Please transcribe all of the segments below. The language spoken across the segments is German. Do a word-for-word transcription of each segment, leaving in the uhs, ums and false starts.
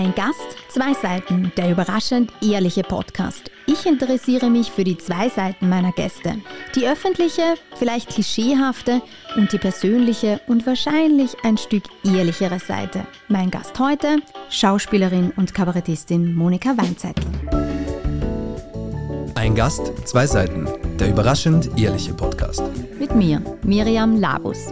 Ein Gast, zwei Seiten, der überraschend ehrliche Podcast. Ich interessiere mich für die zwei Seiten meiner Gäste. Die öffentliche, vielleicht klischeehafte und die persönliche und wahrscheinlich ein Stück ehrlichere Seite. Mein Gast heute, Schauspielerin und Kabarettistin Monika Weinzettel. Ein Gast, zwei Seiten, der überraschend ehrliche Podcast. Mit mir, Miriam Labus.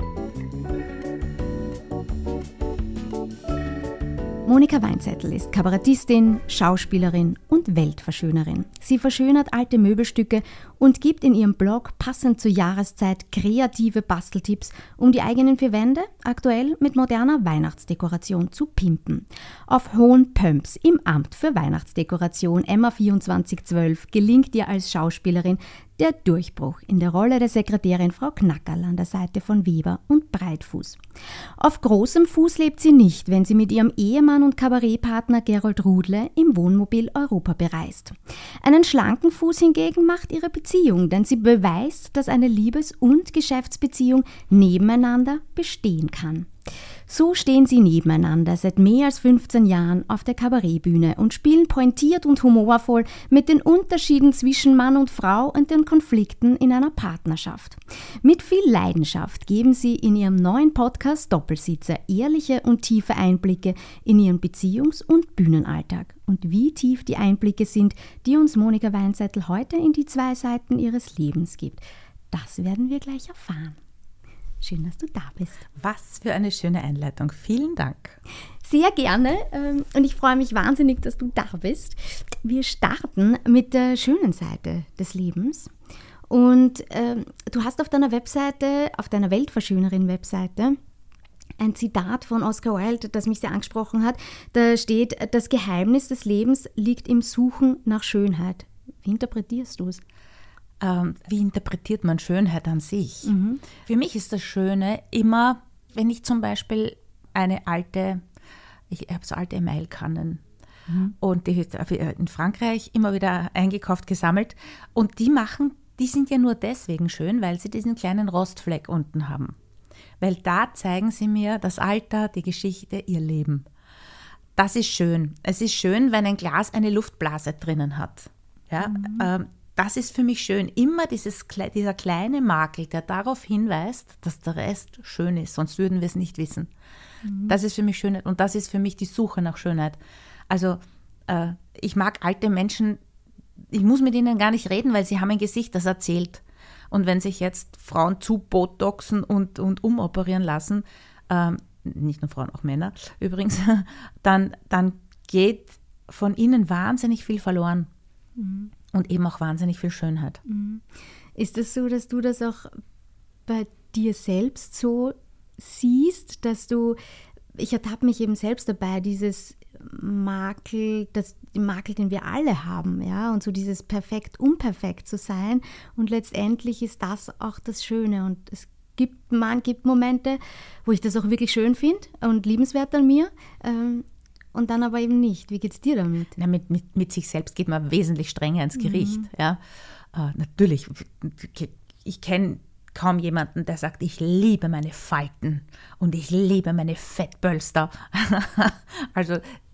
Monika Weinzettel ist Kabarettistin, Schauspielerin und Weltverschönerin. Sie verschönert alte Möbelstücke und gibt in ihrem Blog passend zur Jahreszeit kreative Basteltipps, um die eigenen vier Wände aktuell mit moderner Weihnachtsdekoration zu pimpen. Auf hohen Pumps im Amt für Weihnachtsdekoration M A vierundzwanzig zwölf gelingt ihr als Schauspielerin der Durchbruch in der Rolle der Sekretärin Frau Knackerl an der Seite von Weber und Breitfuß. Auf großem Fuß lebt sie nicht, wenn sie mit ihrem Ehemann und Kabarettpartner Gerold Rudle im Wohnmobil Europa bereist. Einen schlanken Fuß hingegen macht ihre Beziehung, denn sie beweist, dass eine Liebes- und Geschäftsbeziehung nebeneinander bestehen kann. So stehen sie nebeneinander seit mehr als fünfzehn Jahren auf der Kabarettbühne und spielen pointiert und humorvoll mit den Unterschieden zwischen Mann und Frau und den Konflikten in einer Partnerschaft. Mit viel Leidenschaft geben sie in ihrem neuen Podcast Doppelsitzer ehrliche und tiefe Einblicke in ihren Beziehungs- und Bühnenalltag. Und wie tief die Einblicke sind, die uns Monika Weinzettel heute in die zwei Seiten ihres Lebens gibt, das werden wir gleich erfahren. Schön, dass du da bist. Was für eine schöne Einleitung. Vielen Dank. Sehr gerne und ich freue mich wahnsinnig, dass du da bist. Wir starten mit der schönen Seite des Lebens. Und äh, du hast auf deiner Webseite, auf deiner Weltverschönerin-Webseite, ein Zitat von Oscar Wilde, das mich sehr angesprochen hat. Da steht, das Geheimnis des Lebens liegt im Suchen nach Schönheit. Wie interpretierst du es? Ähm, wie interpretiert man Schönheit an sich? Mhm. Für mich ist das Schöne immer, wenn ich zum Beispiel eine alte, ich habe so alte Emailkannen mhm. und die in Frankreich immer wieder eingekauft, gesammelt und die machen, die sind ja nur deswegen schön, weil sie diesen kleinen Rostfleck unten haben. Weil da zeigen sie mir das Alter, die Geschichte, ihr Leben. Das ist schön. Es ist schön, wenn ein Glas eine Luftblase drinnen hat. Ja, mhm. ähm, Das ist für mich schön. Immer dieses, dieser kleine Makel, der darauf hinweist, dass der Rest schön ist, sonst würden wir es nicht wissen. Mhm. Das ist für mich Schönheit und das ist für mich die Suche nach Schönheit. Also äh, ich mag alte Menschen, ich muss mit ihnen gar nicht reden, weil sie haben ein Gesicht, das erzählt. Und wenn sich jetzt Frauen zu botoxen und, und umoperieren lassen, ähm, nicht nur Frauen, auch Männer übrigens, dann, dann geht von ihnen wahnsinnig viel verloren. Mhm. Und eben auch wahnsinnig viel Schönheit. Ist es so, dass du das auch bei dir selbst so siehst, dass du, ich ertappe mich eben selbst dabei, dieses Makel, das Makel, den wir alle haben, ja, und so dieses perfekt, unperfekt zu sein und letztendlich ist das auch das Schöne und es gibt, man gibt Momente, wo ich das auch wirklich schön finde und liebenswert an mir, ähm, und dann aber eben nicht. Wie geht es dir damit? Na, mit, mit, mit sich selbst geht man wesentlich strenger ins Gericht. Mhm. Ja. Äh, natürlich, ich kenne kaum jemanden, der sagt, ich liebe meine Falten und ich liebe meine Fettpölster. Also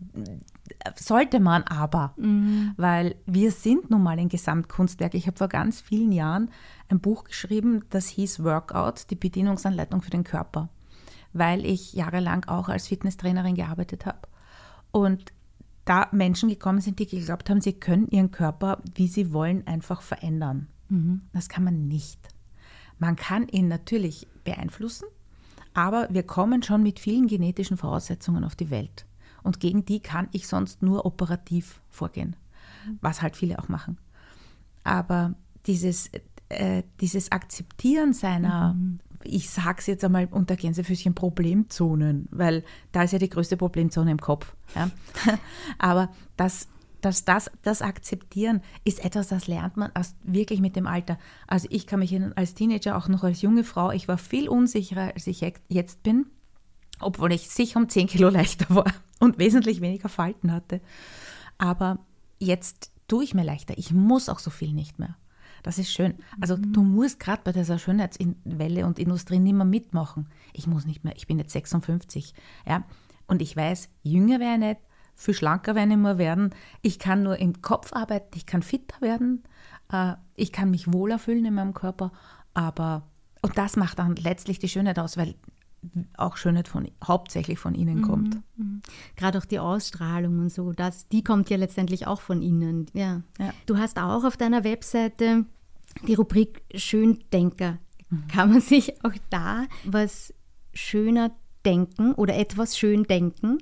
sollte man aber, mhm. weil wir sind nun mal ein Gesamtkunstwerk. Ich habe vor ganz vielen Jahren ein Buch geschrieben, das hieß Workout, die Bedienungsanleitung für den Körper, weil ich jahrelang auch als Fitnesstrainerin gearbeitet habe. Und da Menschen gekommen sind, die geglaubt haben, sie können ihren Körper, wie sie wollen, einfach verändern. Mhm. Das kann man nicht. Man kann ihn natürlich beeinflussen, aber wir kommen schon mit vielen genetischen Voraussetzungen auf die Welt. Und gegen die kann ich sonst nur operativ vorgehen, mhm. was halt viele auch machen. Aber dieses, äh, dieses Akzeptieren seiner, mhm. ich sage es jetzt einmal unter Gänsefüßchen, Problemzonen, weil da ist ja die größte Problemzone im Kopf. Ja? Aber das, das, das, das Akzeptieren ist etwas, das lernt man erst wirklich mit dem Alter. Also ich kann mich als Teenager, auch noch als junge Frau, ich war viel unsicherer, als ich jetzt bin, obwohl ich sicher um zehn Kilo leichter war und wesentlich weniger Falten hatte. Aber jetzt tue ich mir leichter. Ich muss auch so viel nicht mehr. Das ist schön. Also mhm. du musst gerade bei dieser Schönheitswelle und Industrie nicht mehr mitmachen. Ich muss nicht mehr, ich bin jetzt sechsundfünfzig. Ja? Und ich weiß, jünger wäre ich nicht, viel schlanker werden immer werden. Ich kann nur im Kopf arbeiten, ich kann fitter werden, äh, ich kann mich wohler fühlen in meinem Körper, aber und das macht dann letztlich die Schönheit aus, weil auch Schönheit von, hauptsächlich von innen kommt. Mhm. Gerade auch die Ausstrahlung und so, das, die kommt ja letztendlich auch von innen. Ja. Ja. Du hast auch auf deiner Webseite die Rubrik Schöndenker. Mhm. Kann man sich auch da was schöner denken oder etwas schön denken?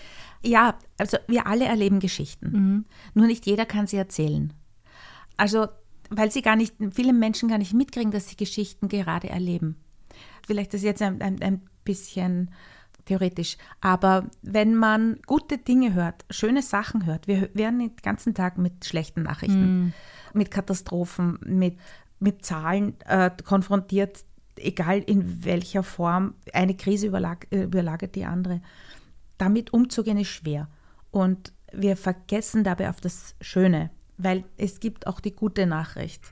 Ja, also wir alle erleben Geschichten. Mhm. Nur nicht jeder kann sie erzählen. Also, weil sie gar nicht, viele Menschen gar nicht mitkriegen, dass sie Geschichten gerade erleben. Vielleicht ist jetzt ein, ein, ein bisschen theoretisch, aber wenn man gute Dinge hört, schöne Sachen hört, wir werden den ganzen Tag mit schlechten Nachrichten, mm. mit Katastrophen, mit, mit Zahlen äh, konfrontiert, egal in welcher Form, eine Krise überlag, überlagert die andere. Damit umzugehen ist schwer und wir vergessen dabei auf das Schöne, weil es gibt auch die gute Nachricht.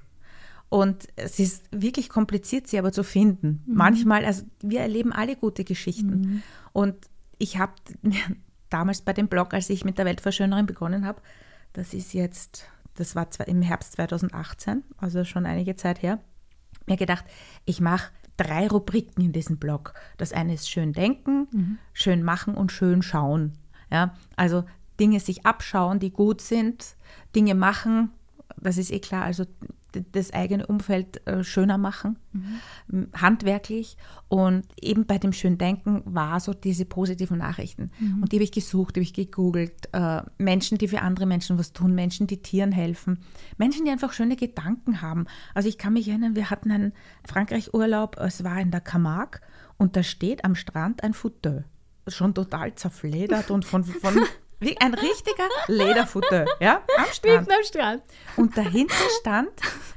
Und es ist wirklich kompliziert, sie aber zu finden. Mhm. Manchmal, also wir erleben alle gute Geschichten. Mhm. Und ich habe damals bei dem Blog, als ich mit der Weltverschönerin begonnen habe, das ist jetzt, das war im Herbst zweitausendachtzehn, also schon einige Zeit her, mir gedacht, ich mache drei Rubriken in diesem Blog. Das eine ist schön denken, mhm. schön machen und schön schauen. Ja, also Dinge sich abschauen, die gut sind, Dinge machen, das ist eh klar, also das eigene Umfeld äh, schöner machen, mhm. handwerklich. Und eben bei dem Schöndenken war so diese positiven Nachrichten. Mhm. Und die habe ich gesucht, die habe ich gegoogelt. Äh, Menschen, die für andere Menschen was tun, Menschen, die Tieren helfen, Menschen, die einfach schöne Gedanken haben. Also ich kann mich erinnern, wir hatten einen Frankreich-Urlaub, es war in der Camargue und da steht am Strand ein Fauteuil. Schon total zerfledert und von... von wie ein richtiger Lederfauteuil, ja, am Strand. am Strand. Und dahinter stand,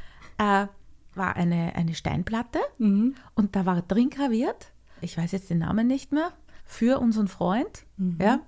äh, war eine, eine Steinplatte mhm. und da war drin graviert, ich weiß jetzt den Namen nicht mehr, für unseren Freund, mhm. ja,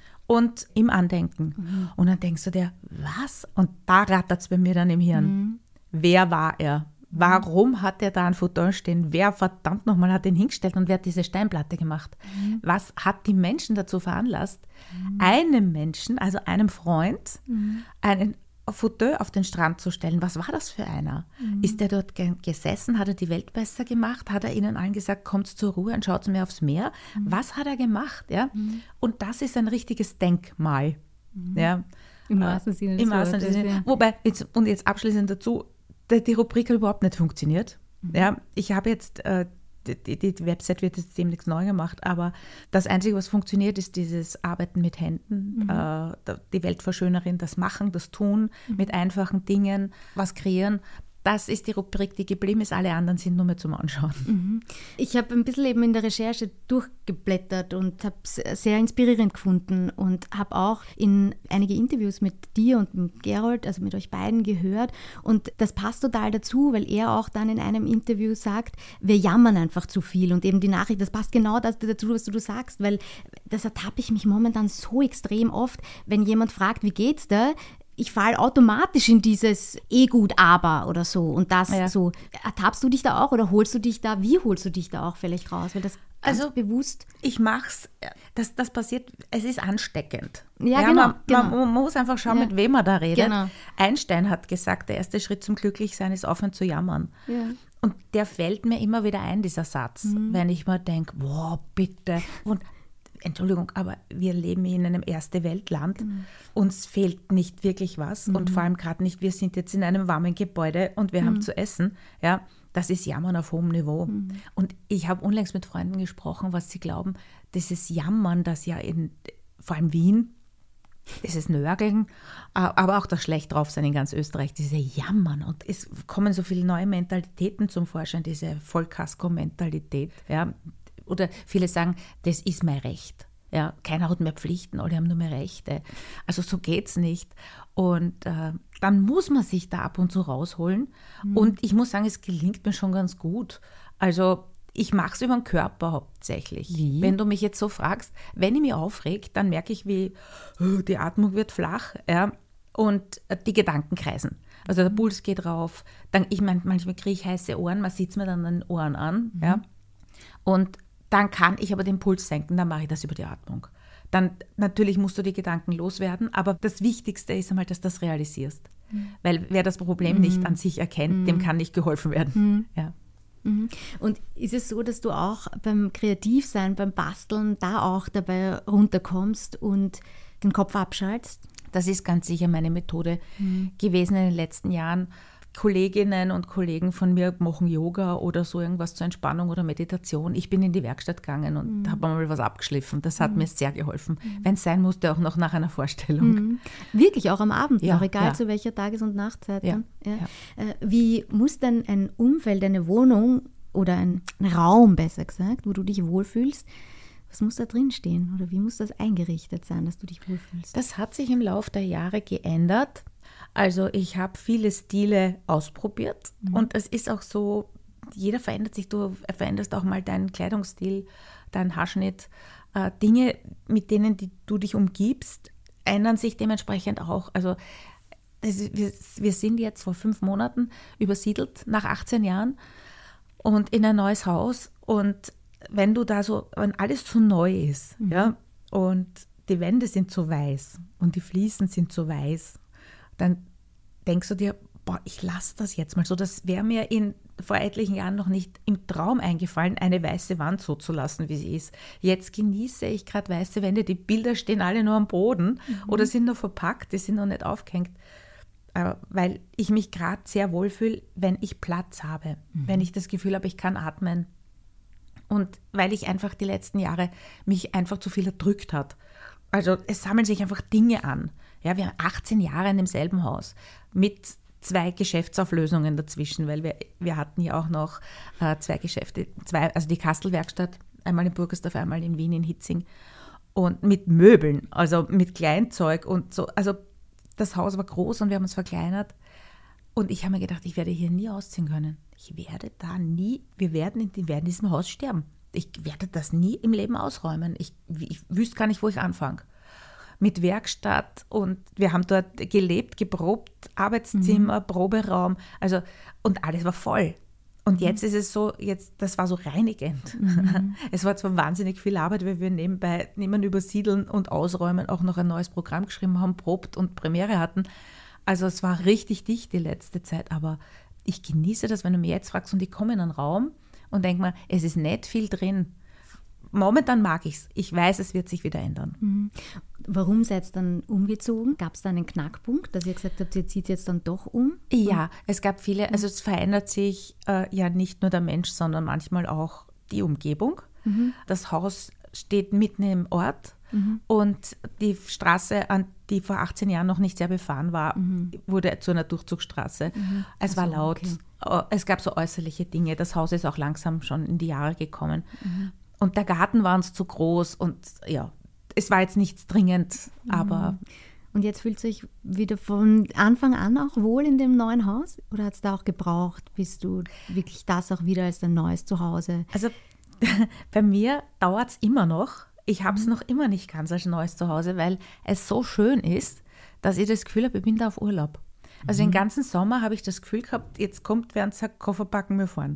und im Andenken. Mhm. Und dann denkst du dir, was? Und da rattert es bei mir dann im Hirn. Mhm. Wer war er? Warum hat er da ein Fauteuil stehen? Wer verdammt nochmal hat den hingestellt und wer hat diese Steinplatte gemacht? Mhm. Was hat die Menschen dazu veranlasst, mhm. einem Menschen, also einem Freund, mhm. einen Fauteuil auf den Strand zu stellen? Was war das für einer? Mhm. Ist er dort ge- gesessen? Hat er die Welt besser gemacht? Hat er ihnen allen gesagt, kommt zur Ruhe und schaut mir aufs Meer? Mhm. Was hat er gemacht? Ja? Mhm. Und das ist ein richtiges Denkmal. Mhm. Ja? Im wahrsten Sinne des Im wahrsten Sinne. Ja. Wobei, jetzt, und jetzt abschließend dazu, die Rubrik hat überhaupt nicht funktioniert. Mhm. Ja, ich habe jetzt, äh, die, die, die Website wird jetzt demnächst neu gemacht, aber das Einzige, was funktioniert, ist dieses Arbeiten mit Händen, mhm. äh, die Weltverschönerin, das Machen, das Tun mhm. mit einfachen Dingen, was kreieren. Das ist die Rubrik, die geblieben ist. Alle anderen sind nur mehr zum Anschauen. Mhm. Ich habe ein bisschen eben in der Recherche durchgeblättert und habe es sehr inspirierend gefunden und habe auch in einige Interviews mit dir und mit Gerold, also mit euch beiden, gehört. Und das passt total dazu, weil er auch dann in einem Interview sagt, wir jammern einfach zu viel. Und eben die Nachricht, das passt genau dazu, was du sagst, weil das ertappe ich mich momentan so extrem oft, wenn jemand fragt, wie geht's dir? Ich falle automatisch in dieses eh gut, aber oder so. Und das ja. so. Ertappst du dich da auch oder holst du dich da, wie holst du dich da auch vielleicht raus? Weil das ganz also bewusst. Ich mach's, das, das passiert, es ist ansteckend. Ja, ja genau, man, genau. Man muss einfach schauen, ja. mit wem man da redet. Genau. Einstein hat gesagt, der erste Schritt zum Glücklichsein ist aufhören zu jammern. Ja. Und der fällt mir immer wieder ein, dieser Satz, mhm. wenn ich mir denke, wow, bitte. Und Entschuldigung, aber wir leben in einem Erste-Welt-Land. Mhm. Uns fehlt nicht wirklich was mhm. und vor allem gerade nicht, wir sind jetzt in einem warmen Gebäude und wir mhm. haben zu essen. Ja, das ist Jammern auf hohem Niveau. Mhm. Und ich habe unlängst mit Freunden gesprochen, was sie glauben, dieses Jammern, das ja in, vor allem Wien, dieses Nörgeln, aber auch das schlecht drauf sein in ganz Österreich, diese Jammern. Und es kommen so viele neue Mentalitäten zum Vorschein, diese Vollkasko-Mentalität, ja. Oder viele sagen, das ist mein Recht. Ja, keiner hat mehr Pflichten, alle haben nur mehr Rechte. Also so geht's nicht. Und äh, dann muss man sich da ab und zu rausholen. Mhm. Und ich muss sagen, es gelingt mir schon ganz gut. Also ich mache es über den Körper hauptsächlich. Wie? Wenn du mich jetzt so fragst, wenn ich mich aufreg, dann merke ich, wie oh, die Atmung wird flach, ja, und äh, die Gedanken kreisen. Also der Puls geht rauf. Dann, ich meine, manchmal kriege ich heiße Ohren, man sieht es mir dann an den Ohren an. Mhm. Ja. Und dann kann ich aber den Puls senken, dann mache ich das über die Atmung. dann natürlich musst du die Gedanken loswerden, aber das Wichtigste ist einmal, dass du das realisierst. Mhm. Weil wer das Problem mhm. nicht an sich erkennt, mhm. dem kann nicht geholfen werden. Mhm. Ja. Und ist es so, dass du auch beim Kreativsein, beim Basteln da auch dabei runterkommst und den Kopf abschaltest? Das ist ganz sicher meine Methode mhm. gewesen in den letzten Jahren. Kolleginnen und Kollegen von mir machen Yoga oder so irgendwas zur Entspannung oder Meditation. Ich bin in die Werkstatt gegangen und mhm. habe mal was abgeschliffen. Das hat mhm. mir sehr geholfen. Mhm. Wenn es sein musste, auch noch nach einer Vorstellung. Mhm. Wirklich auch am Abend, ja, auch egal ja. zu welcher Tages- und Nachtzeit. Ja, ja. ja. Wie muss denn ein Umfeld, eine Wohnung oder ein Raum, besser gesagt, wo du dich wohlfühlst, was muss da drin stehen oder wie muss das eingerichtet sein, dass du dich wohlfühlst? Das hat sich im Laufe der Jahre geändert. Also ich habe viele Stile ausprobiert mhm. und es ist auch so, jeder verändert sich, du veränderst auch mal deinen Kleidungsstil, deinen Haarschnitt. Äh, Dinge, mit denen die, du dich umgibst, ändern sich dementsprechend auch. Also das, wir, wir sind jetzt vor fünf Monaten übersiedelt nach achtzehn Jahren und in ein neues Haus und wenn du da so, wenn alles so neu ist, mhm. ja, und die Wände sind so weiß und die Fliesen sind so weiß, dann denkst du dir, boah, ich lasse das jetzt mal so. Das wäre mir in, vor etlichen Jahren noch nicht im Traum eingefallen, eine weiße Wand so zu lassen, wie sie ist. Jetzt genieße ich gerade weiße Wände. Die Bilder stehen alle nur am Boden mhm. oder sind nur verpackt, die sind noch nicht aufgehängt. Äh, weil ich mich gerade sehr wohlfühle, wenn ich Platz habe, mhm. wenn ich das Gefühl habe, ich kann atmen. Und weil ich einfach die letzten Jahre mich einfach zu viel erdrückt hat. Also es sammeln sich einfach Dinge an. Ja, wir haben achtzehn Jahre in demselben Haus mit zwei Geschäftsauflösungen dazwischen, weil wir, wir hatten ja auch noch äh, zwei Geschäfte, zwei, also die Kastelwerkstatt, einmal in Burgersdorf, einmal in Wien, in Hitzing und mit Möbeln, also mit Kleinzeug und so. Also das Haus war groß und wir haben uns verkleinert und ich habe mir gedacht, ich werde hier nie ausziehen können. Ich werde da nie, wir werden in, wir werden in diesem Haus sterben. Ich werde das nie im Leben ausräumen. Ich, ich wüsste gar nicht, wo ich anfange. Mit Werkstatt und wir haben dort gelebt, geprobt, Arbeitszimmer, mhm. Proberaum, also und alles war voll. Und jetzt mhm. ist es so, jetzt, das war so reinigend. Mhm. Es war zwar wahnsinnig viel Arbeit, weil wir nebenbei neben Übersiedeln und Ausräumen auch noch ein neues Programm geschrieben haben, probt und Premiere hatten. Also es war richtig dicht die letzte Zeit, aber ich genieße das, wenn du mir jetzt fragst und ich komme in einen Raum und denke mir, es ist nicht viel drin. Momentan mag ich es. Ich weiß, es wird sich wieder ändern. Mhm. Warum seid ihr dann umgezogen? Gab es da einen Knackpunkt, dass ihr gesagt habt, ihr zieht jetzt dann doch um? Ja, es gab viele, also es verändert sich äh, ja nicht nur der Mensch, sondern manchmal auch die Umgebung. Mhm. Das Haus steht mitten im Ort mhm. und die Straße, an die vor achtzehn Jahren noch nicht sehr befahren war, mhm. wurde zu einer Durchzugsstraße. Mhm. Es war also, laut, okay. Es gab so äußerliche Dinge. Das Haus ist auch langsam schon in die Jahre gekommen. Mhm. Und der Garten war uns zu groß und ja, es war jetzt nichts dringend, aber... Und jetzt fühlt sich wieder von Anfang an auch wohl in dem neuen Haus? Oder hat es da auch gebraucht, bis du wirklich das auch wieder als dein neues Zuhause... Also bei mir dauert es immer noch. Ich habe es mhm. noch immer nicht ganz als neues Zuhause, weil es so schön ist, dass ich das Gefühl habe, ich bin da auf Urlaub. Also mhm. den ganzen Sommer habe ich das Gefühl gehabt, jetzt kommt wer und sagt, Koffer packen wir fahren.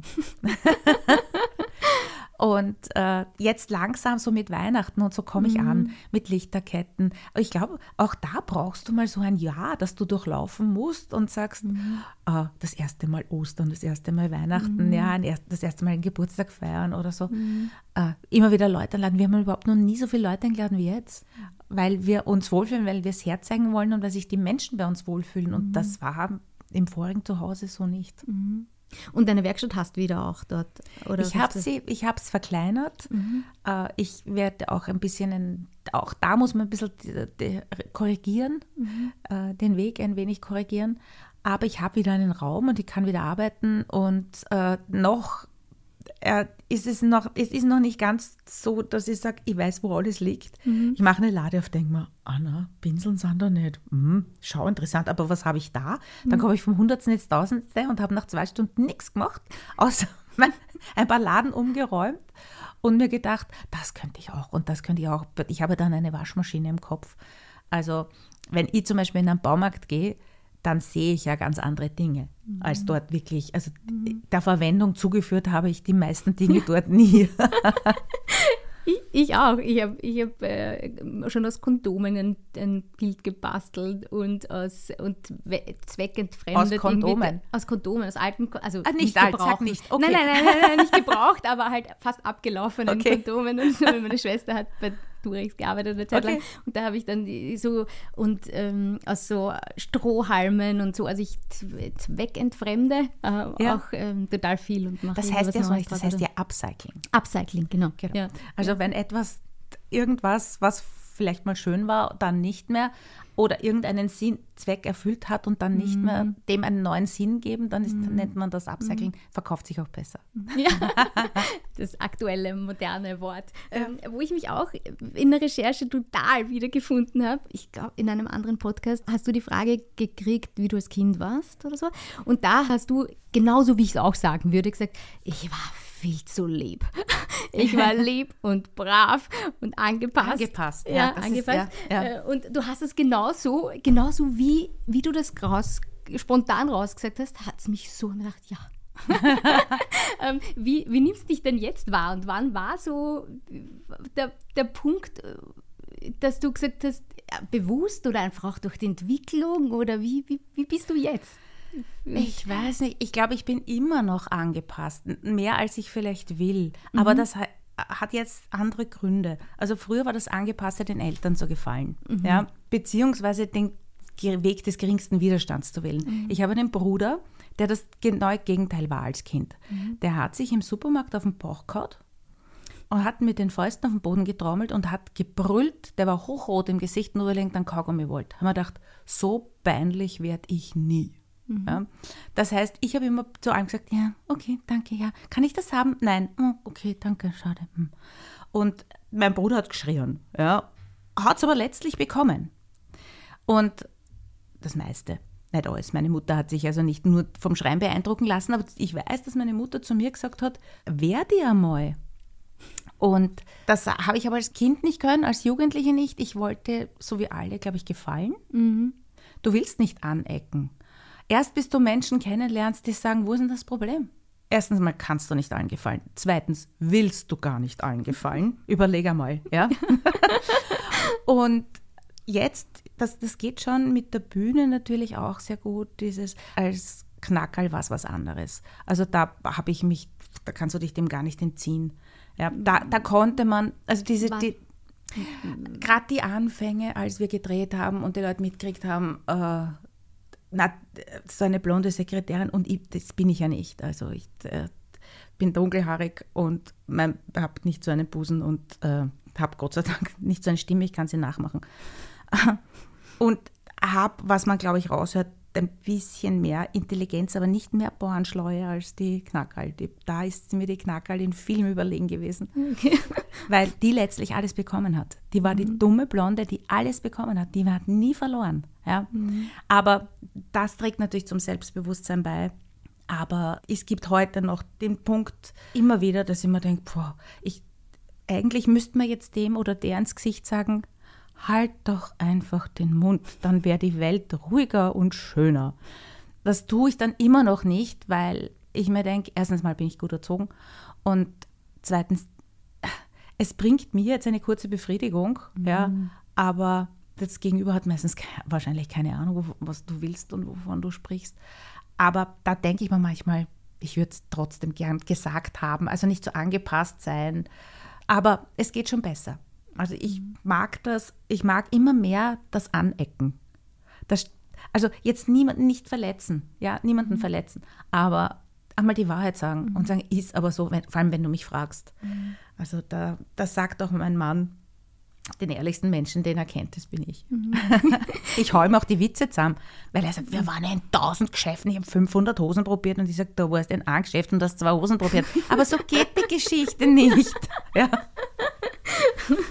Und äh, jetzt langsam so mit Weihnachten und so komme ich mhm. an, mit Lichterketten. Aber ich glaube, auch da brauchst du mal so ein Jahr, das du durchlaufen musst und sagst, mhm. äh, das erste Mal Ostern, das erste Mal Weihnachten, mhm. ja, ein, das erste Mal einen Geburtstag feiern oder so. Mhm. Äh, immer wieder Leute einladen. Wir haben überhaupt noch nie so viele Leute eingeladen wie jetzt, weil wir uns wohlfühlen, weil wir es herzeigen wollen und weil sich die Menschen bei uns wohlfühlen. Und mhm. das war im vorigen Zuhause so nicht. Mhm. Und deine Werkstatt hast du wieder auch dort? Oder ich habe sie, ich habe es verkleinert. Mhm. Äh, ich werde auch ein bisschen, ein, auch da muss man ein bisschen die, die korrigieren, mhm. äh, den Weg ein wenig korrigieren. Aber ich habe wieder einen Raum und ich kann wieder arbeiten und äh, noch äh, ist es noch, es ist noch nicht ganz so, dass ich sage, ich weiß, wo alles liegt. Mhm. Ich mache eine Lade auf, denke mir, Anna, Pinseln sind da nicht. Hm, schau, interessant, aber was habe ich da? Mhm. Dann komme ich vom Hundertsten ins Tausendste und habe nach zwei Stunden nichts gemacht, außer ein paar Laden umgeräumt und mir gedacht, das könnte ich auch und das könnte ich auch. Ich habe dann eine Waschmaschine im Kopf. Also wenn ich zum Beispiel in einen Baumarkt gehe, dann sehe ich ja ganz andere Dinge, mhm. als dort wirklich, also mhm. der Verwendung zugeführt habe ich die meisten Dinge dort nie. Ich, ich auch. Ich habe ich hab, äh, schon aus Kondomen ein, ein Bild gebastelt und aus und zweckentfremdet. Aus Kondomen? Aus Kondomen, aus alten, also ah, nicht, nicht alt, gebraucht. sag nicht. Okay. Nein, nein, nein, nein, nein, nicht gebraucht, aber halt fast abgelaufenen okay. Kondomen und so. Meine Schwester hat bei Durex gearbeitet eine Zeit okay. lang und da habe ich dann die, so und ähm, aus so Strohhalmen und so, also ich zweckentfremde äh, ja. auch ähm, total viel und mache das heißt ja so nicht, das heißt ja Upcycling. Upcycling, genau. genau. Ja. Also ja. wenn etwas, irgendwas, was vielleicht mal schön war, dann nicht mehr oder irgendeinen Sinn, Zweck erfüllt hat und dann nicht mm. mehr dem einen neuen Sinn geben, dann ist, mm. nennt man das Upcycling, mm. verkauft sich auch besser. Ja, das aktuelle, moderne Wort. Ja. Ähm, wo ich mich auch in der Recherche total wiedergefunden habe, ich glaube, in einem anderen Podcast hast du die Frage gekriegt, wie du als Kind warst oder so. Und da hast du, genauso wie ich es auch sagen würde, gesagt, ich war viel zu lieb. Ich war lieb und brav und angepasst. Angepasst, ja. ja, das angepasst. Ist, ja, ja. Und du hast es genauso, genauso wie, wie du das raus, spontan rausgesagt hast, hat es mich so gedacht, ja. ähm, wie, wie nimmst du dich denn jetzt wahr und wann war so der, der Punkt, dass du gesagt hast, bewusst oder einfach auch durch die Entwicklung oder wie, wie, wie bist du jetzt? Ich weiß nicht, ich glaube, ich bin immer noch angepasst, mehr als ich vielleicht will, mhm. aber das hat, hat jetzt andere Gründe. Also früher war das Angepasste den Eltern zu gefallen, mhm. ja, beziehungsweise den Weg des geringsten Widerstands zu wählen. Mhm. Ich habe einen Bruder, der das genaue Gegenteil war als Kind. Mhm. Der hat sich im Supermarkt auf den Bauch gehauen und hat mit den Fäusten auf den Boden getrommelt und hat gebrüllt, der war hochrot im Gesicht, nur weil er irgendeinen Kaugummi wollte. Haben wir gedacht, so peinlich werde ich nie. Mhm. Ja. Das heißt, ich habe immer zu allem gesagt, ja, okay, danke, ja. Kann ich das haben? Nein. Oh, okay, danke, schade. Und mein Bruder hat geschrien, ja, hat es aber letztlich bekommen. Und das meiste, nicht alles. Meine Mutter hat sich also nicht nur vom Schreien beeindrucken lassen, aber ich weiß, dass meine Mutter zu mir gesagt hat, werde einmal. Und das habe ich aber als Kind nicht können, als Jugendliche nicht. Ich wollte, so wie alle, glaube ich, gefallen. Mhm. Du willst nicht anecken. Erst bis du Menschen kennenlernst, die sagen, wo ist denn das Problem? Erstens mal kannst du nicht allen gefallen. Zweitens willst du gar nicht allen gefallen. Überleg einmal, ja. Und jetzt, das, das geht schon mit der Bühne natürlich auch sehr gut, dieses als Knackerl was was anderes. Also da habe ich mich, da kannst du dich dem gar nicht entziehen. Ja, da, da konnte man, also diese, die, gerade die Anfänge, als wir gedreht haben und die Leute mitgekriegt haben, äh, na, so eine blonde Sekretärin und ich, das bin ich ja nicht. Also ich äh, bin dunkelhaarig und habe nicht so einen Busen und äh, habe Gott sei Dank nicht so eine Stimme, ich kann sie nachmachen. Und habe, was man glaube ich raushört, ein bisschen mehr Intelligenz, aber nicht mehr Bornschleue als die Knackerl. Die, da ist mir die Knackerl in Film überlegen gewesen, okay. Weil die letztlich alles bekommen hat. Die war mhm. die dumme Blonde, die alles bekommen hat. Die hat nie verloren. Ja? Mhm. Aber das trägt natürlich zum Selbstbewusstsein bei. Aber es gibt heute noch den Punkt immer wieder, dass ich mir denke, boah, ich, eigentlich müsste man jetzt dem oder der ins Gesicht sagen, halt doch einfach den Mund, dann wäre die Welt ruhiger und schöner. Das tue ich dann immer noch nicht, weil ich mir denke, erstens mal bin ich gut erzogen und zweitens, es bringt mir jetzt eine kurze Befriedigung, mhm. ja, aber das Gegenüber hat meistens ke- wahrscheinlich keine Ahnung, was du willst und wovon du sprichst. Aber da denke ich mir manchmal, ich würde es trotzdem gern gesagt haben, also nicht so angepasst sein, aber es geht schon besser. Also ich mag das, ich mag immer mehr das Anecken. Das, also jetzt niemanden nicht verletzen, ja, niemanden mhm. verletzen, aber einmal die Wahrheit sagen mhm. und sagen, ist aber so, wenn, vor allem wenn du mich fragst. Mhm. Also da, das sagt auch mein Mann, den ehrlichsten Menschen, den er kennt, das bin ich. Mhm. Ich hau ihm auch die Witze zusammen, weil er sagt, wir waren in tausend Geschäften, ich habe fünfhundert Hosen probiert und ich sage, da warst du in einem Geschäft und hast zwei Hosen probiert. Aber so geht die Geschichte nicht. Ja.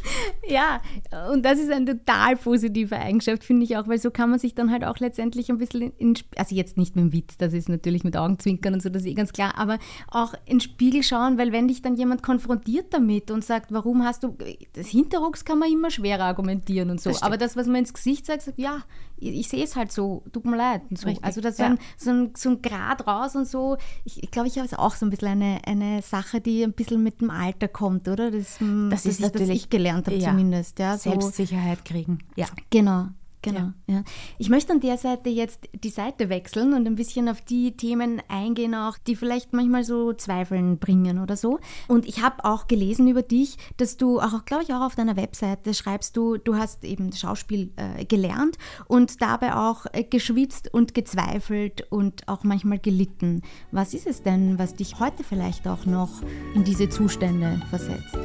Ja, und das ist eine total positive Eigenschaft, finde ich auch, weil so kann man sich dann halt auch letztendlich ein bisschen in, also jetzt nicht mit dem Witz, das ist natürlich mit Augenzwinkern und so, das ist eh ganz klar, aber auch in den Spiegel schauen, weil wenn dich dann jemand konfrontiert damit und sagt, warum hast du, das Hinterrucks kann man immer schwerer argumentieren und so, Das aber das, was man ins Gesicht sagt, sagt, ja, ich, ich sehe es halt so, tut mir leid und so. Richtig, Also das ist ja. ein, so, ein, so ein Grad raus und so, ich, ich glaube, ich habe es auch so ein bisschen eine, eine Sache, die ein bisschen mit dem Alter kommt, oder? Das, das, Das ist ich, das natürlich- ich gelernt habe ja. zumindest. Ja, so. Selbstsicherheit kriegen. Ja. Genau, genau. Ja. Ich möchte an der Seite jetzt die Seite wechseln und ein bisschen auf die Themen eingehen, auch die vielleicht manchmal so Zweifeln bringen oder so. Und ich habe auch gelesen über dich, dass du auch, glaube ich, auch auf deiner Webseite schreibst du, du hast eben Schauspiel äh, gelernt und dabei auch äh, geschwitzt und gezweifelt und auch manchmal gelitten. Was ist es denn, was dich heute vielleicht auch noch in diese Zustände versetzt?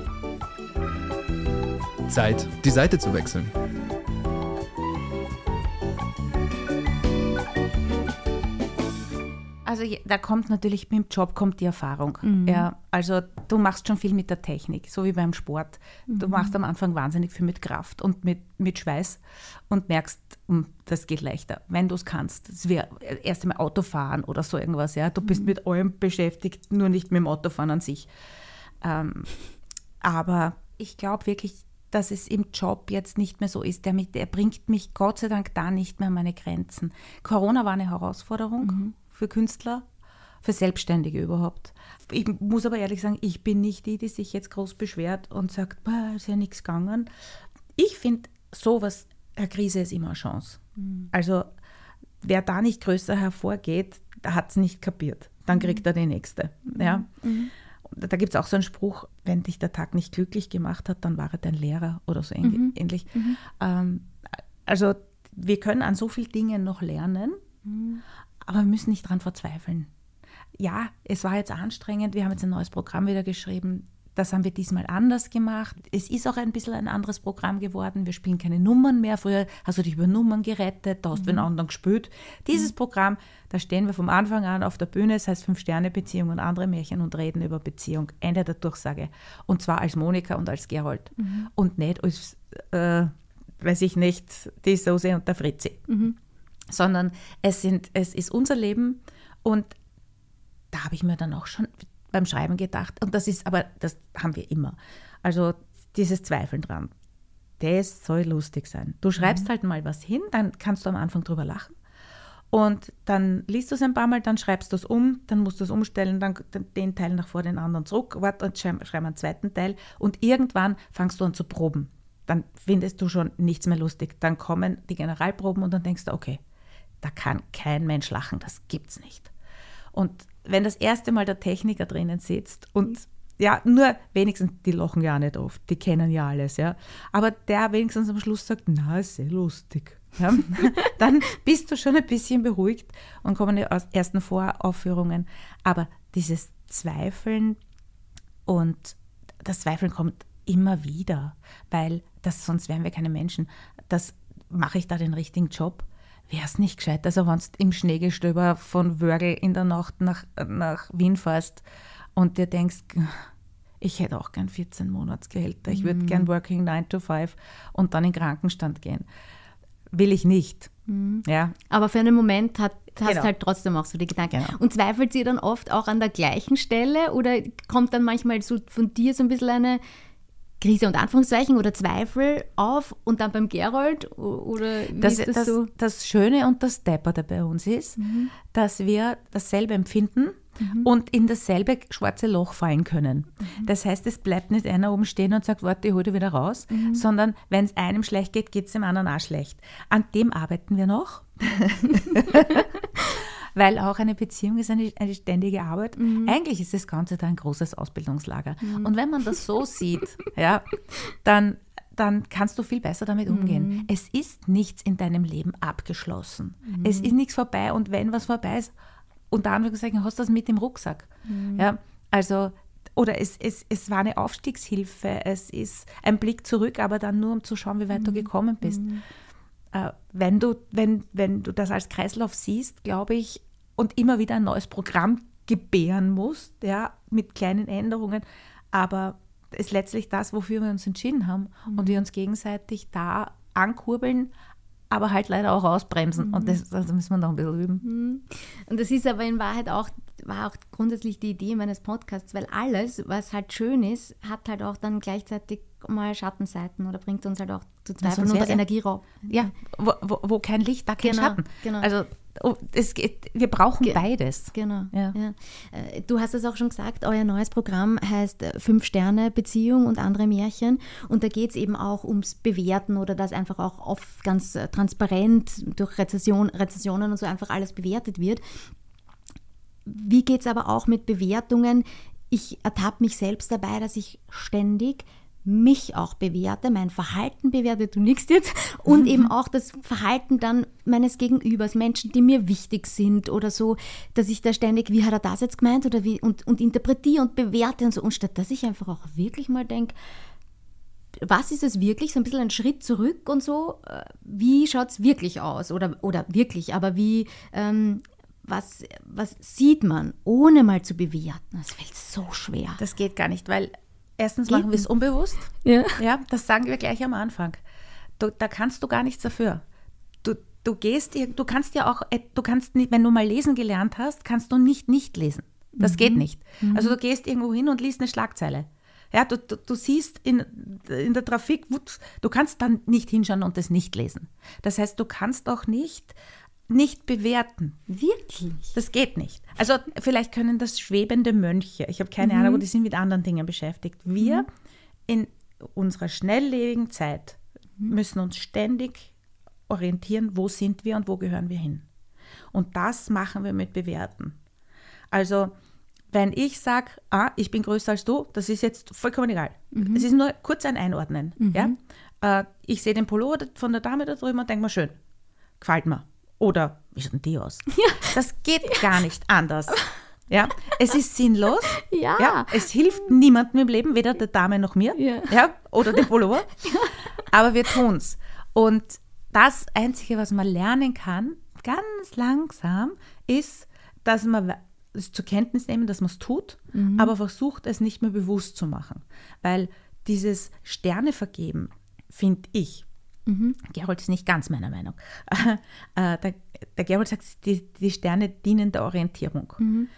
Zeit, die Seite zu wechseln. Also je- da kommt natürlich, mit dem Job kommt die Erfahrung. Mhm. Ja, also du machst schon viel mit der Technik, so wie beim Sport. Du Mhm. machst am Anfang wahnsinnig viel mit Kraft und mit, mit Schweiß und merkst, hm, das geht leichter, wenn du es kannst. Das wäre erst einmal Autofahren oder so irgendwas. Ja. Du bist mit allem beschäftigt, nur nicht mit dem Autofahren an sich. Ähm, aber ich glaube wirklich, dass es im Job jetzt nicht mehr so ist. Der, mit, der bringt mich Gott sei Dank da nicht mehr an meine Grenzen. Corona war eine Herausforderung Mhm. für Künstler, für Selbstständige überhaupt. Ich muss aber ehrlich sagen, ich bin nicht die, die sich jetzt groß beschwert und sagt, boah, ist ja nichts gegangen. Ich finde, sowas, eine Krise ist immer eine Chance. Mhm. Also wer da nicht größer hervorgeht, hat es nicht kapiert. Dann kriegt er die nächste. Ja. Mhm. Da gibt es auch so einen Spruch, wenn dich der Tag nicht glücklich gemacht hat, dann war er dein Lehrer oder so ähnlich. Mhm. ähnlich. Ähm, also wir können an so vielen Dingen noch lernen, Mhm. aber wir müssen nicht dran verzweifeln. Ja, es war jetzt anstrengend, wir haben jetzt ein neues Programm wieder geschrieben, das haben wir diesmal anders gemacht. Es ist auch ein bisschen ein anderes Programm geworden, wir spielen keine Nummern mehr. Früher hast du dich über Nummern gerettet, da hast du den anderen gespielt. Dieses Programm, da stehen wir vom Anfang an auf der Bühne, es heißt Fünf-Sterne-Beziehung und andere Märchen und reden über Beziehung. Ende der Durchsage. Und zwar als Monika und als Gerold. Und nicht als, äh, weiß ich nicht, die Susi und der Fritzi. Mhm. Sondern es, sind, es ist unser Leben und da habe ich mir dann auch schon beim Schreiben gedacht, und das ist, aber das haben wir immer, also dieses Zweifeln dran, das soll lustig sein. Du schreibst mhm. halt mal was hin, dann kannst du am Anfang drüber lachen und dann liest du es ein paar Mal, dann schreibst du es um, dann musst du es umstellen, dann den Teil nach vor, den anderen zurück, warte und schreib, schreib einen zweiten Teil und irgendwann fangst du an zu proben. Dann findest du schon nichts mehr lustig. Dann kommen die Generalproben und dann denkst du, okay, da kann kein Mensch lachen, das gibt's nicht. Und wenn das erste Mal der Techniker drinnen sitzt und ja, nur wenigstens, die lachen ja nicht oft, die kennen ja alles, ja, aber der wenigstens am Schluss sagt, na, ist sehr lustig, ja, dann bist du schon ein bisschen beruhigt und kommen die ersten Voraufführungen. Aber dieses Zweifeln und das Zweifeln kommt immer wieder, weil das, sonst wären wir keine Menschen. Das mache ich da den richtigen Job? Wäre es nicht gescheit, also wenn du im Schneegestöber von Wörgl in der Nacht nach, nach Wien fährst und dir denkst, ich hätte auch gern vierzehn Monatsgehälter, ich würde mm. gern working nine to five und dann in den Krankenstand gehen. Will ich nicht. Mm. Ja. Aber für einen Moment hat, hast Genau. du halt trotzdem auch so die Gedanken. Genau. Und zweifelt sie dann oft auch an der gleichen Stelle oder kommt dann manchmal so von dir so ein bisschen eine Krise und Anführungszeichen oder Zweifel auf und dann beim Gerold oder wie Das, ist das, das, so? das Schöne und das Depperte bei uns ist, mhm. dass wir dasselbe empfinden mhm. und in dasselbe schwarze Loch fallen können. Mhm. Das heißt, es bleibt nicht einer oben stehen und sagt, warte, ich hole dich wieder raus, mhm. sondern wenn es einem schlecht geht, geht es dem anderen auch schlecht. An dem arbeiten wir noch. Weil auch eine Beziehung ist eine, eine ständige Arbeit. Mhm. Eigentlich ist das Ganze da ein großes Ausbildungslager. Mhm. Und wenn man das so sieht, ja, dann, dann kannst du viel besser damit umgehen. Mhm. Es ist nichts in deinem Leben abgeschlossen. Mhm. Es ist nichts vorbei. Und wenn was vorbei ist, unter Anführungszeichen, hast du das mit im Rucksack. Mhm. Ja, also, oder es, es, es war eine Aufstiegshilfe, es ist ein Blick zurück, aber dann nur, um zu schauen, wie weit mhm. du gekommen bist. Mhm. Äh, wenn du, wenn, wenn du das als Kreislauf siehst, glaube ich, und immer wieder ein neues Programm gebären musst, ja, mit kleinen Änderungen, aber ist letztlich das, wofür wir uns entschieden haben mhm. und wir uns gegenseitig da ankurbeln, aber halt leider auch ausbremsen. Mhm. Und das, das müssen wir noch ein bisschen üben. Mhm. Und das ist aber in Wahrheit auch, war auch grundsätzlich die Idee meines Podcasts, weil alles, was halt schön ist, hat halt auch dann gleichzeitig mal Schattenseiten oder bringt uns halt auch zu Zweifeln und Energieraub. Ja, wo, wo, wo kein Licht, da kein genau, Schatten. Genau. Also oh, es geht, wir brauchen Ge- beides. Genau. Ja. Ja. Du hast es auch schon gesagt, euer neues Programm heißt Fünf-Sterne-Beziehung und andere Märchen. Und da geht es eben auch ums Bewerten oder dass einfach auch oft ganz transparent durch Rezession, Rezessionen und so einfach alles bewertet wird. Wie geht es aber auch mit Bewertungen? Ich ertappe mich selbst dabei, dass ich ständig mich auch bewerte, mein Verhalten bewerte, du nickst jetzt, und mhm. eben auch das Verhalten dann meines Gegenübers, Menschen, die mir wichtig sind oder so, dass ich da ständig, wie hat er das jetzt gemeint oder wie, und, und interpretiere und bewerte und so, und statt dass ich einfach auch wirklich mal denke, was ist es wirklich, so ein bisschen ein Schritt zurück und so, wie schaut es wirklich aus oder, oder wirklich, aber wie, ähm, was, was sieht man, ohne mal zu bewerten, das fällt so schwer. Das geht gar nicht, weil erstens machen wir es unbewusst. Ja. Ja, das sagen wir gleich am Anfang. Du, da kannst du gar nichts dafür. Du, du gehst, du kannst ja auch, du kannst nicht, wenn du mal lesen gelernt hast, kannst du nicht nicht lesen. Das mhm. geht nicht. Mhm. Also du gehst irgendwo hin und liest eine Schlagzeile. Ja, du, du, du siehst in, in der Trafik, du kannst dann nicht hinschauen und das nicht lesen. Das heißt, du kannst auch nicht nicht bewerten. Wirklich? Das geht nicht. Also vielleicht können das schwebende Mönche, ich habe keine mhm. Ahnung, aber die sind mit anderen Dingen beschäftigt. Wir mhm. in unserer schnelllebigen Zeit mhm. müssen uns ständig orientieren, wo sind wir und wo gehören wir hin. Und das machen wir mit Bewerten. Also wenn ich sage, ah, ich bin größer als du, das ist jetzt vollkommen egal. Mhm. Es ist nur kurz ein Einordnen. Mhm. Ja? Äh, ich sehe den Pullover von der Dame da drüben und denke mir, schön, gefällt mir. Oder, wie sieht denn die aus? Ja. Das geht gar nicht anders. Ja, es ist sinnlos. Ja. Ja, es hilft niemandem im Leben, weder der Dame noch mir. Ja. Ja, oder dem Pullover. Ja. Aber wir tun es. Und das Einzige, was man lernen kann, ganz langsam, ist, dass man es zur Kenntnis nehmen, dass man es tut, mhm. aber versucht, es nicht mehr bewusst zu machen. Weil dieses Sterne vergeben, finde ich, Mhm. Gerold ist nicht ganz meiner Meinung. Äh, der, der Gerold sagt, die, die Sterne dienen der Orientierung. Mhm.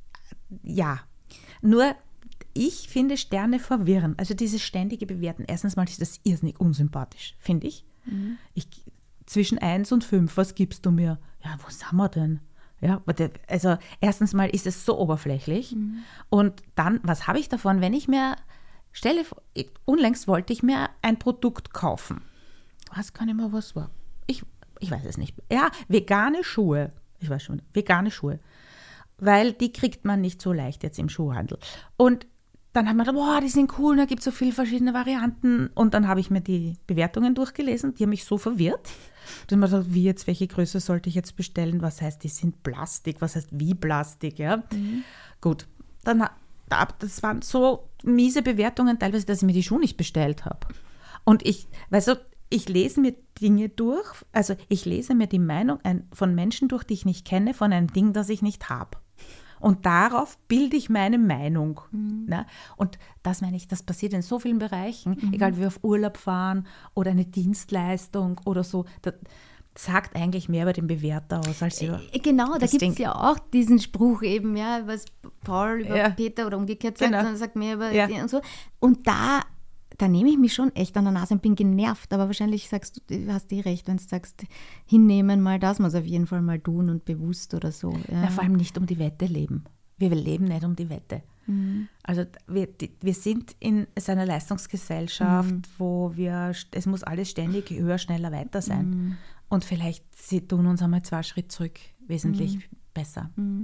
Ja, nur ich finde Sterne verwirren. Also dieses ständige Bewerten. Erstens mal ist das irrsinnig unsympathisch, finde ich. Mhm. ich. Zwischen eins und fünf, was gibst du mir? Ja, wo sind wir denn? Ja, also erstens mal ist es so oberflächlich. Mhm. Und dann, was habe ich davon, wenn ich mir, stelle, unlängst wollte ich mir ein Produkt kaufen. Was kann immer was war? Ich, ich weiß es nicht. Ja, vegane Schuhe. Ich weiß schon, vegane Schuhe. Weil die kriegt man nicht so leicht jetzt im Schuhhandel. Und dann haben wir gedacht, boah, die sind cool, da gibt es so viele verschiedene Varianten. Und dann habe ich mir die Bewertungen durchgelesen, die haben mich so verwirrt. Dann habe ich gedacht, wie jetzt, welche Größe sollte ich jetzt bestellen? Was heißt, die sind Plastik? Was heißt, wie Plastik? Ja? Mhm. Gut, dann, das waren so miese Bewertungen teilweise, dass ich mir die Schuhe nicht bestellt habe. Und ich, weißt du, ich lese mir Dinge durch, also ich lese mir die Meinung von Menschen durch, die ich nicht kenne, von einem Ding, das ich nicht habe. Und darauf bilde ich meine Meinung. Mhm. Ne? Und das meine ich, das passiert in so vielen Bereichen, mhm. egal wie wir auf Urlaub fahren oder eine Dienstleistung oder so. Das sagt eigentlich mehr über den Bewerter aus als über Genau, da gibt es ja auch diesen Spruch eben, ja, was Paul über ja. Peter oder umgekehrt sagt, genau. Dann sagt mehr über ja. den und so. Und da Da nehme ich mich schon echt an der Nase und bin genervt, aber wahrscheinlich sagst du, du hast eh recht, wenn du sagst, hinnehmen mal, das muss auf jeden Fall mal tun und bewusst oder so. Ja. Na, vor allem nicht um die Wette leben. Wir leben nicht um die Wette. Mhm. Also wir, die, wir sind in einer Leistungsgesellschaft, mhm. wo wir, es muss alles ständig höher, schneller, weiter sein. Mhm. Und vielleicht sie tun uns einmal zwei Schritte zurück wesentlich mhm. besser. Mhm.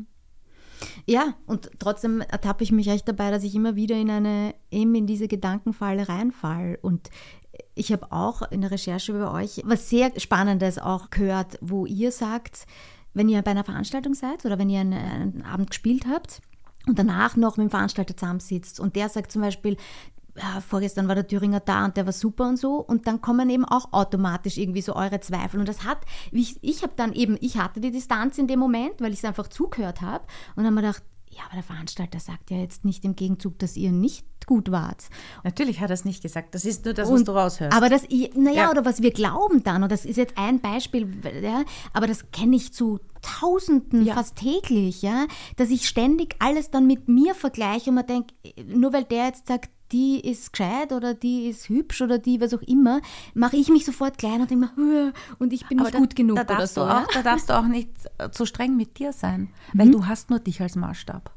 Ja, und trotzdem ertappe ich mich echt dabei, dass ich immer wieder in eine, eben in diese Gedankenfalle reinfalle. Und ich habe auch in der Recherche über euch was sehr Spannendes auch gehört, wo ihr sagt, wenn ihr bei einer Veranstaltung seid oder wenn ihr einen, einen Abend gespielt habt und danach noch mit dem Veranstalter zusammensitzt und der sagt zum Beispiel, ja, vorgestern war der Thüringer da und der war super und so, und dann kommen eben auch automatisch irgendwie so eure Zweifel, und das hat, ich, ich habe dann eben, ich hatte die Distanz in dem Moment, weil ich es einfach zugehört habe, und dann habe ich mir gedacht, ja, aber der Veranstalter sagt ja jetzt nicht im Gegenzug, dass ihr nicht nicht gut wart. Natürlich hat er es nicht gesagt. Das ist nur das, was Und, du raushörst. Aber das, naja, Ja. oder was wir glauben dann, und das ist jetzt ein Beispiel, ja, aber das kenne ich zu Tausenden, Ja. fast täglich, ja, dass ich ständig alles dann mit mir vergleiche und man denkt, nur weil der jetzt sagt, die ist gescheit oder die ist hübsch oder die was auch immer, mache ich mich sofort klein und denke mir, und ich bin Aber nicht da, gut genug da oder darfst so. du Ja? auch, da darfst du auch nicht äh, so streng mit dir sein, weil du hast nur dich als Maßstab.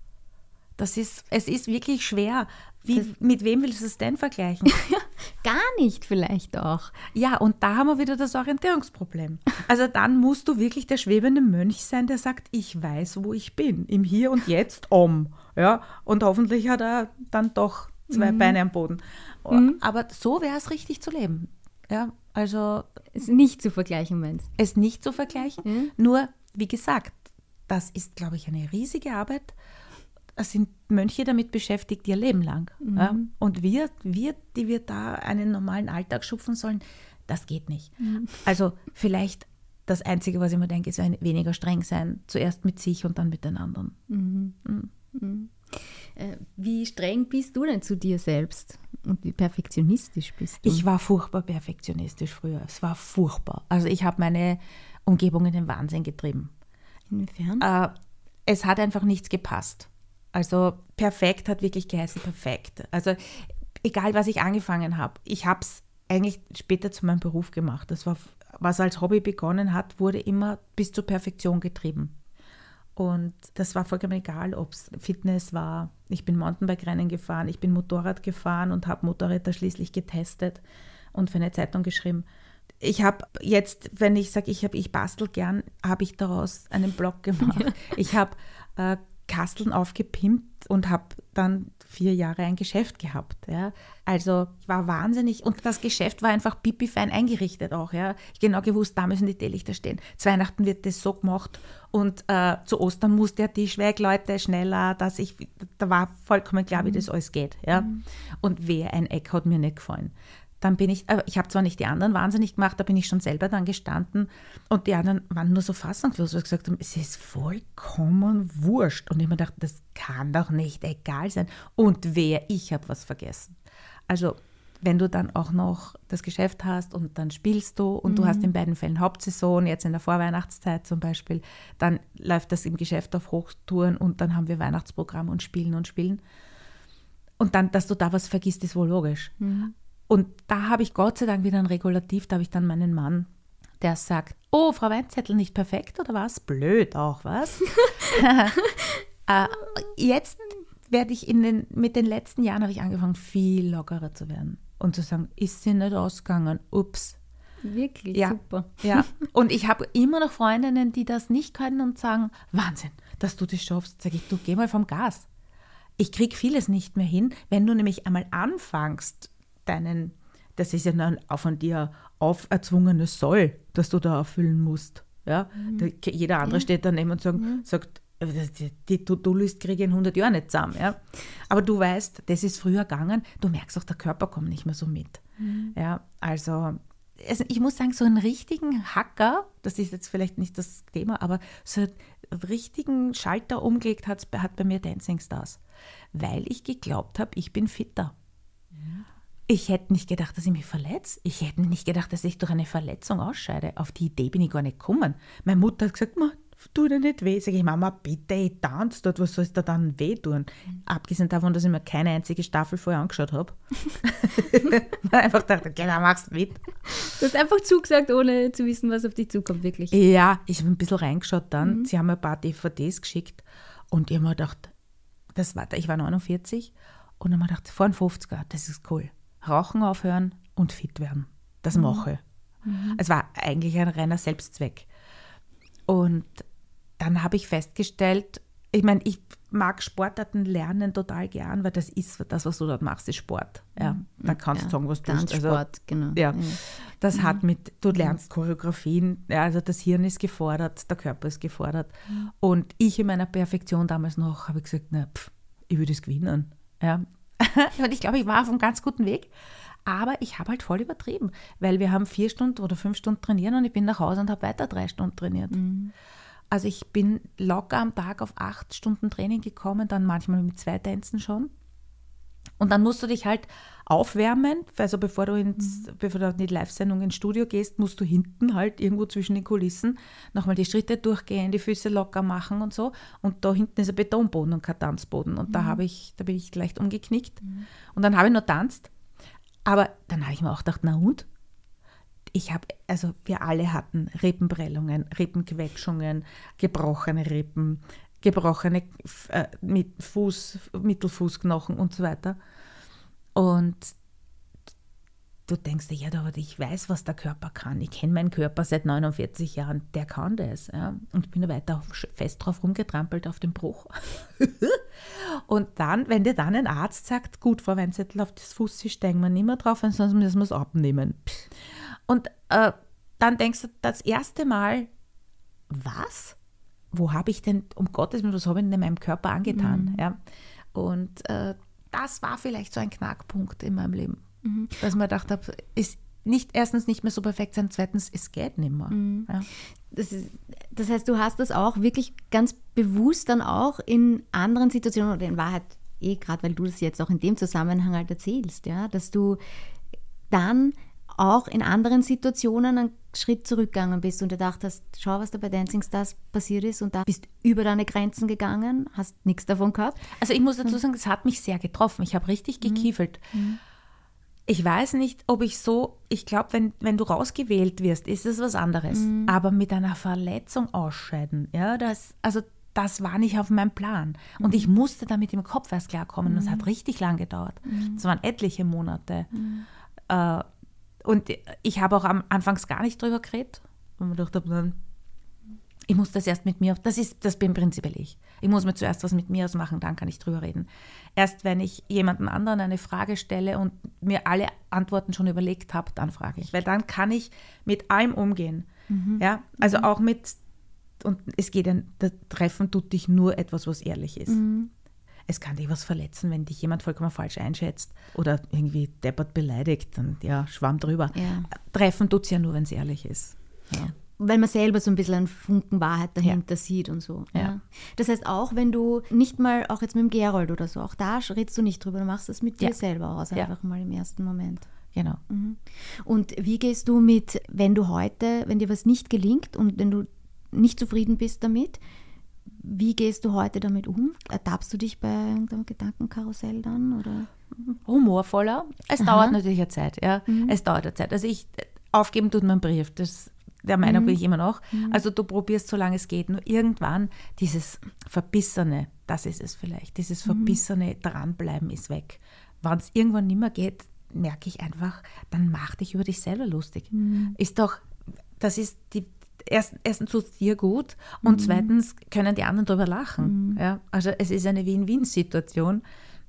Das ist, es ist wirklich schwer. Wie, mit wem willst du es denn vergleichen? Gar nicht vielleicht auch. Ja, und da haben wir wieder das Orientierungsproblem. Also dann musst du wirklich der schwebende Mönch sein, der sagt, ich weiß, wo ich bin, im Hier und Jetzt, om. Ja, und hoffentlich hat er dann doch zwei mhm. Beine am Boden. Mhm. Aber so wäre es richtig zu leben. Ja, also es nicht zu vergleichen, meinst du? Es nicht zu vergleichen. Mhm. Nur, wie gesagt, das ist, glaube ich, eine riesige Arbeit. Es sind Mönche damit beschäftigt, ihr Leben lang. Mhm. Ja? Und wir, wir, die wir da einen normalen Alltag schupfen sollen, das geht nicht. Mhm. Also vielleicht das Einzige, was ich mir denke, ist ein weniger streng sein. Zuerst mit sich und dann mit den anderen. Mhm. Mhm. Mhm. Äh, wie streng bist du denn zu dir selbst? Und wie perfektionistisch bist du? Ich war furchtbar perfektionistisch früher. Es war furchtbar. Also ich habe meine Umgebung in den Wahnsinn getrieben. Inwiefern? Äh, es hat einfach nichts gepasst. Also perfekt hat wirklich geheißen perfekt. Also egal, was ich angefangen habe, ich habe es eigentlich später zu meinem Beruf gemacht. Das war, was als Hobby begonnen hat, wurde immer bis zur Perfektion getrieben. Und das war vollkommen egal, ob es Fitness war. Ich bin Mountainbike-Rennen gefahren, ich bin Motorrad gefahren und habe Motorräder schließlich getestet und für eine Zeitung geschrieben. Ich habe jetzt, wenn ich sage, ich, ich bastel gern, habe ich daraus einen Blog gemacht. Ja. Ich habe äh, Kasteln aufgepimpt und habe dann vier Jahre ein Geschäft gehabt. Ja. Also ich war wahnsinnig und das Geschäft war einfach pipifein eingerichtet auch. Ja. Ich genau gewusst, da müssen die Teelichter stehen. Zu Weihnachten wird das so gemacht und äh, zu Ostern muss der Tisch weg, Leute, schneller, dass ich, da war vollkommen klar, wie das alles geht. Ja. Mhm. Und wer ein Eck hat mir nicht gefallen. Dann bin ich, ich habe zwar nicht die anderen wahnsinnig gemacht, da bin ich schon selber dann gestanden und die anderen waren nur so fassungslos, weil sie gesagt haben, es ist vollkommen wurscht. Und ich mir dachte, das kann doch nicht egal sein. Und wer, ich habe was vergessen. Also wenn du dann auch noch das Geschäft hast und dann spielst du und mhm. du hast in beiden Fällen Hauptsaison, jetzt in der Vorweihnachtszeit zum Beispiel, dann läuft das im Geschäft auf Hochtouren und dann haben wir Weihnachtsprogramm und spielen und spielen. Und dann, dass du da was vergisst, ist wohl logisch. Mhm. Und da habe ich Gott sei Dank wieder ein Regulativ, da habe ich dann meinen Mann, der sagt, oh, Frau Weinzettel, nicht perfekt oder was? Blöd auch, was? äh, jetzt werde ich in den, mit den letzten Jahren habe ich angefangen, viel lockerer zu werden und zu sagen, ist sie nicht ausgegangen, ups. Wirklich, ja, super. Ja, und ich habe immer noch Freundinnen, die das nicht können und sagen, Wahnsinn, dass du das schaffst. Sag ich, du geh mal vom Gas. Ich kriege vieles nicht mehr hin, wenn du nämlich einmal anfängst, deinen, das ist ja dann auch von dir auferzwungenes Soll, das du da erfüllen musst. Ja? Mhm. Da, jeder andere ja. steht daneben und sagt, mhm. sagt die, die To-Do-List kriege ich in hundert Jahren nicht zusammen. Ja? Aber du weißt, das ist früher gegangen, du merkst auch, der Körper kommt nicht mehr so mit. Mhm. Ja? Also, also ich muss sagen, so einen richtigen Hacker, das ist jetzt vielleicht nicht das Thema, aber so einen richtigen Schalter umgelegt hat, hat bei mir Dancing Stars, weil ich geglaubt habe, ich bin fitter. Mhm. Ich hätte nicht gedacht, dass ich mich verletze. Ich hätte nicht gedacht, dass ich durch eine Verletzung ausscheide. Auf die Idee bin ich gar nicht gekommen. Meine Mutter hat gesagt, tu dir nicht weh. Sag ich, Mama, bitte, ich tanze dort, was soll es da dann weh tun? Mhm. Abgesehen davon, dass ich mir keine einzige Staffel vorher angeschaut habe. Einfach dachte, okay, dann machst du mit. Du hast einfach zugesagt, ohne zu wissen, was auf dich zukommt, wirklich. Ja, ich habe ein bisschen reingeschaut dann. Mhm. Sie haben mir ein paar D V Ds geschickt und ich habe mir gedacht, das war, ich war neunundvierzig und dann habe ich mir gedacht, vor den fünfziger, das ist cool. Rauchen aufhören und fit werden. Das mhm. mache ich. Mhm. Es war eigentlich ein reiner Selbstzweck. Und dann habe ich festgestellt, ich meine, ich mag Sportarten lernen total gern, weil das ist das, was du dort machst, ist Sport. Ja, mhm. Da kannst du ja. sagen, was du tust. Also, Sport, genau. Ja, ja. Das mhm. hat mit, du lernst mhm. Choreografien, ja, also das Hirn ist gefordert, der Körper ist gefordert. Mhm. Und ich in meiner Perfektion damals noch habe gesagt, na, pff, ich will das gewinnen. Ja. Und ich glaube, ich war auf einem ganz guten Weg, aber ich habe halt voll übertrieben, weil wir haben vier Stunden oder fünf Stunden trainiert und ich bin nach Hause und habe weiter drei Stunden trainiert. Mhm. Also ich bin locker am Tag auf acht Stunden Training gekommen, dann manchmal mit zwei Tänzen schon. Und dann musst du dich halt aufwärmen, also bevor du, ins, mhm. bevor du in die Live-Sendung ins Studio gehst, musst du hinten halt irgendwo zwischen den Kulissen nochmal die Schritte durchgehen, die Füße locker machen und so. Und da hinten ist ein Betonboden und kein Tanzboden. Und mhm. da, habe ich, da bin ich leicht umgeknickt. Mhm. Und dann habe ich noch tanzt. Aber dann habe ich mir auch gedacht, na und? Ich habe, also wir alle hatten Rippenprellungen, Rippenquetschungen, gebrochene Rippen, gebrochene äh, mit Fuß, Mittelfußknochen und so weiter. Und du denkst dir, ja, aber ich weiß, was der Körper kann. Ich kenne meinen Körper seit neunundvierzig Jahren, der kann das. Ja. Und ich bin weiter fest drauf rumgetrampelt auf den Bruch. Und dann, wenn dir dann ein Arzt sagt, gut, Frau Weinzettel, auf das Fuß steigen wir nicht mehr drauf, sonst müssen wir es abnehmen. Und äh, dann denkst du das erste Mal, was? Wo habe ich denn, um Gottes Willen, was habe ich denn in meinem Körper angetan? Mhm. Ja. Und äh, das war vielleicht so ein Knackpunkt in meinem Leben, mhm. dass man gedacht habe, ist nicht, erstens nicht mehr so perfekt sein, zweitens, es geht nicht mehr. Mhm. Ja. Das ist, das heißt, du hast das auch wirklich ganz bewusst dann auch in anderen Situationen, oder in Wahrheit eh gerade, weil du das jetzt auch in dem Zusammenhang halt erzählst, ja, dass du dann auch in anderen Situationen einen Schritt zurückgegangen bist und dir gedacht hast, schau, was da bei Dancing Stars passiert ist, und da bist über deine Grenzen gegangen, hast nichts davon gehabt. Also ich muss dazu sagen, das hat mich sehr getroffen. Ich habe richtig gekiefelt. Mhm. Ich weiß nicht, ob ich so, ich glaube, wenn, wenn du rausgewählt wirst, ist es was anderes. Mhm. Aber mit einer Verletzung ausscheiden, ja, das, also das war nicht auf meinem Plan. Mhm. Und ich musste damit im Kopf erst klarkommen. Mhm. Das hat richtig lang gedauert. Mhm. Das waren etliche Monate. Mhm. Äh, Und ich habe auch am Anfangs gar nicht drüber geredet, weil man dachte, ich muss das erst mit mir, das ist, das bin prinzipiell ich. Ich muss mir zuerst was mit mir ausmachen, dann kann ich drüber reden. Erst wenn ich jemandem anderen eine Frage stelle und mir alle Antworten schon überlegt habe, dann frage ich. Weil dann kann ich mit allem umgehen. Mhm. Ja? Also mhm. auch mit, und es geht ein, das Treffen tut dich nur etwas, was ehrlich ist. Mhm. Es kann dich was verletzen, wenn dich jemand vollkommen falsch einschätzt oder irgendwie deppert beleidigt, dann ja, schwamm drüber. Ja. Treffen tut es ja nur, wenn es ehrlich ist. Ja. Weil man selber so ein bisschen einen Funken Wahrheit dahinter ja. sieht und so. Ja. Ja. Das heißt, auch wenn du nicht mal, auch jetzt mit dem Gerold oder so, auch da redest du nicht drüber, du machst das mit ja. dir selber aus, einfach ja. mal im ersten Moment. Genau. Mhm. Und wie gehst du mit, wenn du heute, wenn dir was nicht gelingt und wenn du nicht zufrieden bist damit, wie gehst du heute damit um? Ertappst du dich bei irgendeinem Gedankenkarussell dann? Oder? Humorvoller. Es Aha. dauert natürlich eine Zeit. Ja. Mhm. Es dauert eine Zeit. Also ich, aufgeben tut mein Brief. Das, der Meinung mhm. bin ich immer noch. Mhm. Also du probierst, solange es geht. Nur irgendwann dieses Verbissene, das ist es vielleicht. Dieses Verbissene mhm. dranbleiben ist weg. Wenn es irgendwann nicht mehr geht, merke ich einfach, dann mach dich über dich selber lustig. Mhm. Ist doch, das ist die Erst, erstens tut es dir gut und mhm. zweitens können die anderen darüber lachen. Mhm. Ja? Also es ist eine Win-Win-Situation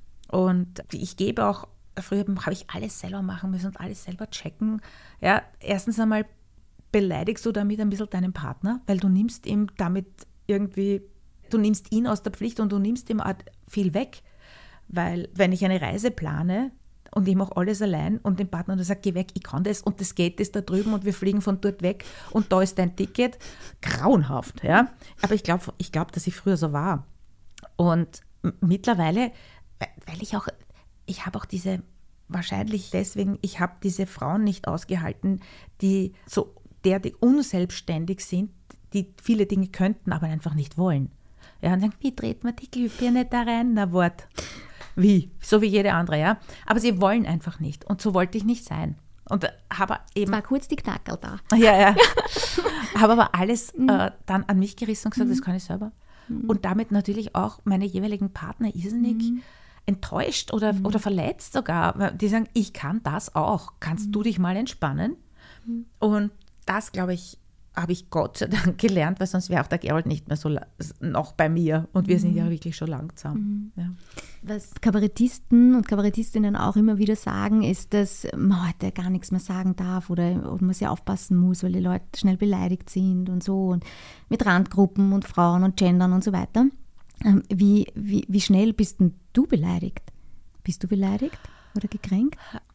und ich gebe auch, früher habe ich alles selber machen müssen und alles selber checken. Ja? Erstens einmal beleidigst du damit ein bisschen deinen Partner, weil du nimmst ihm damit irgendwie, du nimmst ihn aus der Pflicht und du nimmst ihm auch viel weg, weil wenn ich eine Reise plane, und ich mache alles allein und dem Partner der sagt, geh weg, ich kann das und das Gate ist da drüben und wir fliegen von dort weg und da ist dein Ticket. Grauenhaft, ja. Aber ich glaube, ich glaub, dass ich früher so war. Und m- mittlerweile, weil ich auch, ich habe auch diese, wahrscheinlich deswegen, ich habe diese Frauen nicht ausgehalten, die so derartig unselbstständig sind, die viele Dinge könnten, aber einfach nicht wollen. Ja, und sagen, wie dreht man die Glühbirne da rein? Na, Wort. Wie? So wie jede andere, ja. Aber sie wollen einfach nicht. Und so wollte ich nicht sein. Und habe eben. War kurz die Knackerl da. Ja, ja. Habe aber alles mhm. äh, dann an mich gerissen und gesagt, mhm. das kann ich selber. Mhm. Und damit natürlich auch meine jeweiligen Partner irrsinnig mhm. enttäuscht oder, mhm. oder verletzt sogar. Die sagen, ich kann das auch. Kannst mhm. du dich mal entspannen? Mhm. Und das, glaube ich, habe ich Gott sei Dank gelernt, weil sonst wäre auch der Gerold nicht mehr so la- noch bei mir. Und wir mhm. sind ja wirklich schon langsam. Mhm. Ja. Was Kabarettisten und Kabarettistinnen auch immer wieder sagen, ist, dass man heute gar nichts mehr sagen darf oder, oder man sehr aufpassen muss, weil die Leute schnell beleidigt sind und so. Und mit Randgruppen und Frauen und Gendern und so weiter. Wie, wie, wie schnell bist denn du beleidigt? Bist du beleidigt oder gekränkt?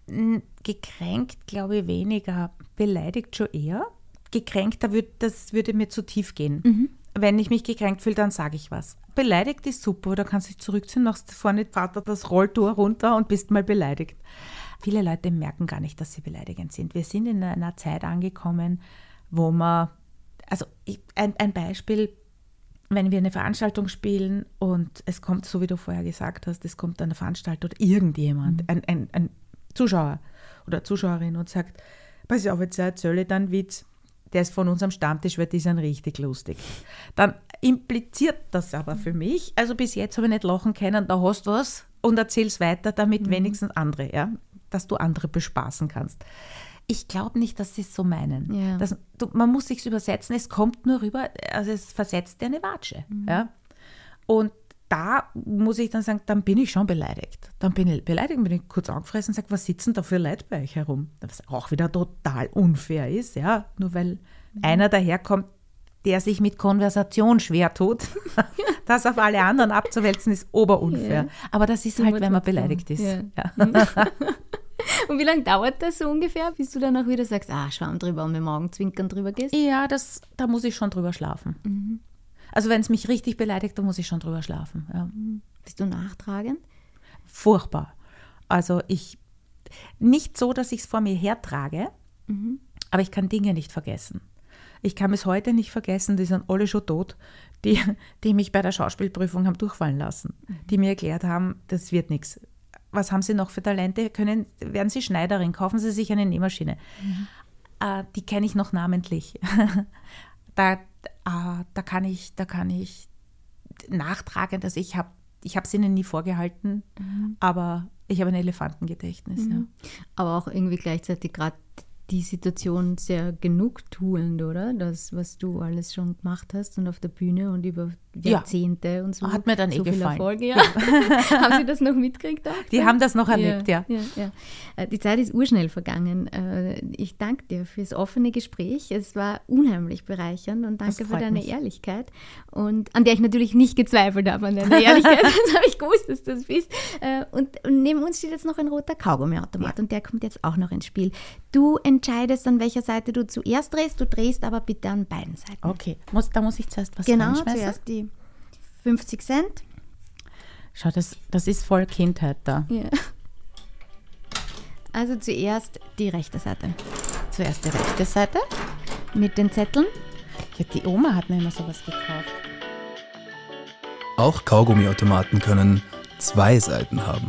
Gekränkt glaube ich weniger. Beleidigt schon eher. Gekränkt, das würde mir zu tief gehen. Mhm. wenn ich mich gekränkt fühle, dann sage ich was. Beleidigt ist super, da kannst du dich zurückziehen, nach vorne fährt das Rolltor runter und bist mal beleidigt. Viele Leute merken gar nicht, dass sie beleidigend sind. Wir sind in einer Zeit angekommen, wo man, also ich, ein, ein Beispiel, wenn wir eine Veranstaltung spielen und es kommt, so wie du vorher gesagt hast, es kommt eine Veranstalter oder irgendjemand, mhm. ein, ein, ein Zuschauer oder Zuschauerin und sagt, pass auf, jetzt erzähle ich dann einen Witz, der ist von unserem Stammtisch, weil die sind richtig lustig. Dann impliziert das aber für mich, also bis jetzt habe ich nicht lachen können, da hast du was und erzähl's weiter, damit mhm. wenigstens andere, ja, dass du andere bespaßen kannst. Ich glaube nicht, dass sie es so meinen. Ja. Das, du, man muss sich's übersetzen, es kommt nur rüber, also es versetzt dir eine Watsche. Mhm. Ja? Und da muss ich dann sagen, dann bin ich schon beleidigt. Dann bin ich beleidigt, bin ich kurz angefressen und sage, was sitzen da für Leute bei euch herum? Was auch wieder total unfair ist, ja, nur weil mhm. einer daherkommt, der sich mit Konversation schwer tut, das auf alle anderen abzuwälzen, ist oberunfair. Ja. Aber das ist halt, wenn man beleidigt ist. Ja. Ja. Und wie lange dauert das so ungefähr, bis du dann auch wieder sagst, ah, Schwamm drüber und mit dem Augenzwinkern drüber gehst? Ja, das, da muss ich schon drüber schlafen. Mhm. Also wenn es mich richtig beleidigt, dann muss ich schon drüber schlafen. Ja. Bist du nachtragend? Furchtbar. Also ich, nicht so, dass ich es vor mir hertrage, mhm. aber ich kann Dinge nicht vergessen. Ich kann bis heute nicht vergessen, die sind alle schon tot, die, die mich bei der Schauspielprüfung haben durchfallen lassen, mhm. die mir erklärt haben, das wird nichts. Was haben Sie noch für Talente? Können, werden Sie Schneiderin? Kaufen Sie sich eine Nähmaschine. Mhm. Äh, die kenne ich noch namentlich. da, äh, da, kann ich, da kann ich nachtragen, dass ich habe ich habe es ihnen nie vorgehalten, mhm. aber ich habe ein Elefantengedächtnis. Mhm. Ja. Aber auch irgendwie gleichzeitig gerade die Situation sehr genugtuend, oder? Das, was du alles schon gemacht hast und auf der Bühne und über Jahrzehnte ja. und so. Hat mir dann so eh gefallen. Erfolge, ja. Ja. Haben Sie das noch mitgekriegt? Auch? Die haben das noch erlebt, ja. Ja, ja, ja. Die Zeit ist urschnell vergangen. Ich danke dir fürs offene Gespräch. Es war unheimlich bereichernd und danke für deine mich. Ehrlichkeit. Und an der ich natürlich nicht gezweifelt habe, an deiner Ehrlichkeit. Das habe ich gewusst, dass du das bist. Und neben uns steht jetzt noch ein roter Kaugummiautomat ja. und der kommt jetzt auch noch ins Spiel. Du entscheidest, an welcher Seite du zuerst drehst. Du drehst aber bitte an beiden Seiten. Okay, muss, da muss ich zuerst was genau, reinschmeißen. Genau, zuerst die fünfzig Cent. Schau, das, das ist voll Kindheit da. Ja. Also zuerst die rechte Seite. Zuerst die rechte Seite. Mit den Zetteln. Ja, die Oma hat mir immer sowas gekauft. Auch Kaugummiautomaten können zwei Seiten haben.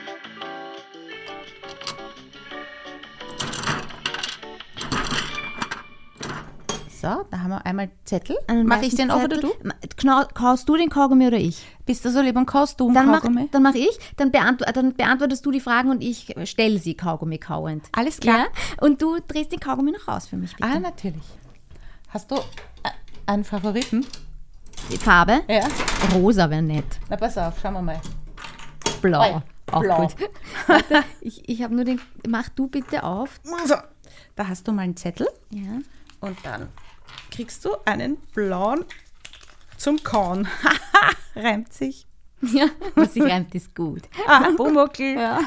So, da haben wir einmal Zettel. Mache ich den auf oder du? Kaust du den Kaugummi oder ich? Bist du so lieb und kaust du einen dann Kaugummi? Mach, dann mache ich, dann, beantw- dann beantwortest du die Fragen und ich stelle sie Kaugummi kauend. Alles klar. Ja? Und du drehst den Kaugummi noch raus für mich, bitte. Ah, natürlich. Hast du einen Favoriten? Die Farbe? Ja. Rosa wäre nett. Na, pass auf, schauen wir mal. Blau. Oh, auch blau. gut. Warte, ich ich habe nur den, mach du bitte auf. So, da hast du mal einen Zettel. Ja. Und dann kriegst du einen blauen zum Kauen. Reimt sich. Ja, was sich reimt, ist gut. Ah, Bumuckel. Ja.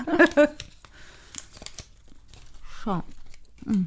Schau. Mhm.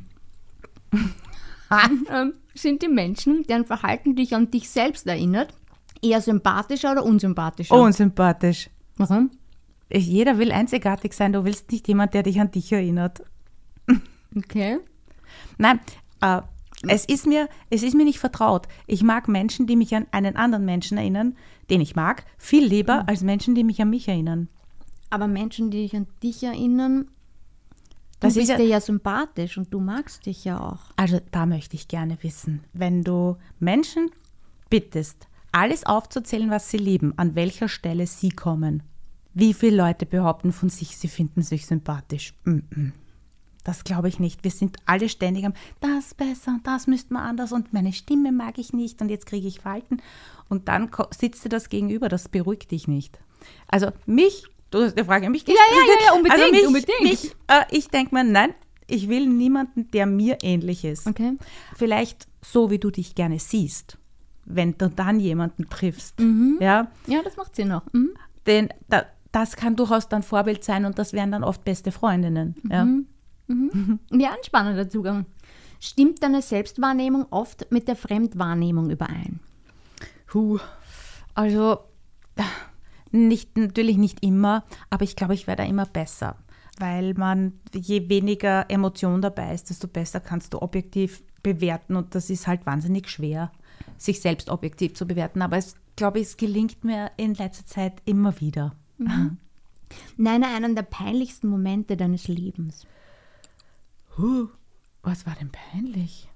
ähm, sind die Menschen, deren Verhalten dich an dich selbst erinnert, eher sympathischer oder unsympathischer? Unsympathisch. Warum? Jeder will einzigartig sein. Du willst nicht jemand, der dich an dich erinnert. Okay. Nein, äh, Es ist, mir, es ist mir nicht vertraut. Ich mag Menschen, die mich an einen anderen Menschen erinnern, den ich mag, viel lieber mhm. als Menschen, die mich an mich erinnern. Aber Menschen, die dich an dich erinnern, das du bist ist ja, ja sympathisch und du magst dich ja auch. Also da möchte ich gerne wissen, wenn du Menschen bittest, alles aufzuzählen, was sie lieben, an welcher Stelle sie kommen, wie viele Leute behaupten von sich, sie finden sich sympathisch. Mm-mm. Das glaube ich nicht. Wir sind alle ständig am, das besser, das müsste man anders und meine Stimme mag ich nicht und jetzt kriege ich Falten. Und dann sitzt dir das gegenüber, das beruhigt dich nicht. Also mich, du hast die Frage an mich gestellt. Ja, ja, ja, ja, unbedingt, also mich, unbedingt. Mich, äh, ich denke mir, nein, ich will niemanden, der mir ähnlich ist. Okay. Vielleicht so, wie du dich gerne siehst, wenn du dann jemanden triffst. Mhm. Ja? Ja, das macht Sinn auch. Mhm. Denn da, das kann durchaus dann Vorbild sein und das wären dann oft beste Freundinnen. Mhm. Ja? Mhm. Ja, ein spannender Zugang. Stimmt deine Selbstwahrnehmung oft mit der Fremdwahrnehmung überein? Puh, also nicht, natürlich nicht immer, aber ich glaube, ich werde immer besser, weil man, je weniger Emotion dabei ist, desto besser kannst du objektiv bewerten und das ist halt wahnsinnig schwer, sich selbst objektiv zu bewerten, aber ich glaube, es gelingt mir in letzter Zeit immer wieder. Mhm. Nenne einen der peinlichsten Momente deines Lebens. Huh, was war denn peinlich?